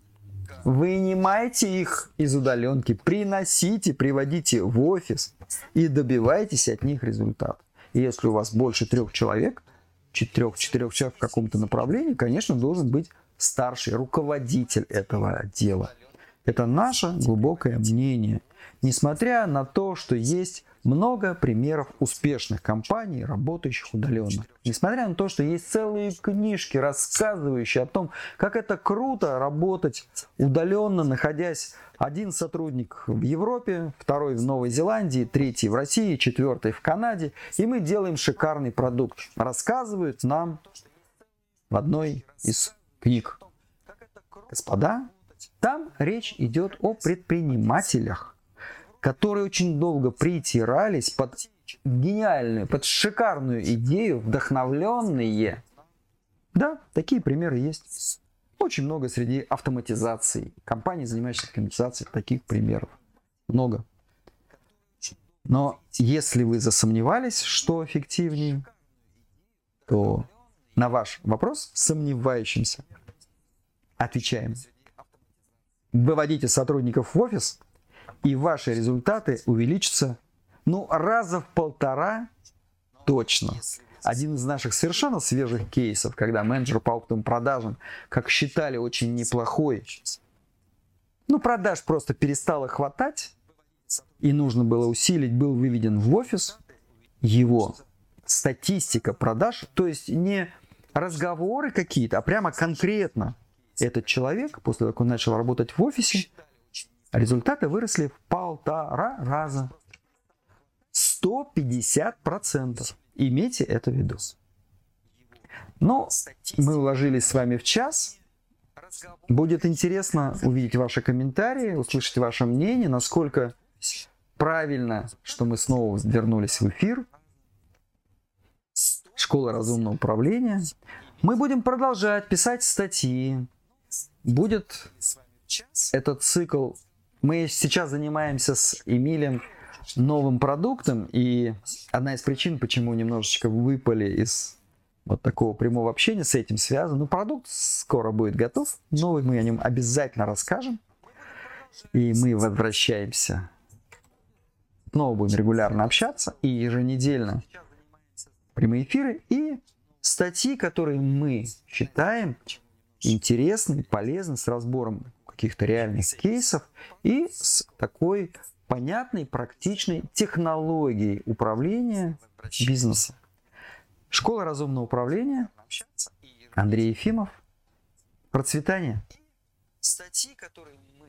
вынимайте их из удаленки, приносите, приводите в офис и добивайтесь от них результата. И если у вас больше трех человек, четырех-четырех человек в каком-то направлении, конечно, должен быть старший руководитель этого отдела. Это наше глубокое мнение. Несмотря на то, что есть много примеров успешных компаний, работающих удаленно. Несмотря на то, что есть целые книжки, рассказывающие о том, как это круто работать удаленно, находясь один сотрудник в Европе, второй в Новой Зеландии, третий в России, четвертый в Канаде, и мы делаем шикарный продукт. Рассказывают нам в одной из книг. Господа, там речь идет о предпринимателях, которые очень долго притирались под гениальную, под шикарную идею, вдохновленные. Да, такие примеры есть. Очень много среди автоматизации. Компаний, занимающихся автоматизацией, таких примеров. Много. Но если вы засомневались, что эффективнее, то на ваш вопрос, сомневающимся, отвечаем. Выводите сотрудников в офис, и ваши результаты увеличатся, ну, раза в полтора точно. Один из наших совершенно свежих кейсов, когда менеджер по оптовым продажам, как считали, очень неплохой, ну, продаж просто перестало хватать, и нужно было усилить, был выведен в офис, его статистика продаж, то есть не разговоры какие-то, а прямо конкретно этот человек, после того, как он начал работать в офисе, результаты выросли в полтора раза. сто пятьдесят процентов. Имейте это в виду. Но мы уложились с вами в час. Будет интересно увидеть ваши комментарии, услышать ваше мнение, насколько правильно, что мы снова вернулись в эфир. Школа разумного управления. Мы будем продолжать писать статьи. Будет этот цикл. Мы сейчас занимаемся с Эмилем новым продуктом, и одна из причин, почему немножечко выпали из вот такого прямого общения, с этим связано. Ну, продукт скоро будет готов, новый, мы о нем обязательно расскажем, и мы возвращаемся. Снова будем регулярно общаться, и еженедельно прямые эфиры, и статьи, которые мы считаем интересны, полезны, с разбором каких-то реальных кейсов и с такой понятной, практичной технологией управления бизнесом. Школа разумного управления. Андрей Ефимов. Процветание. Статьи, которые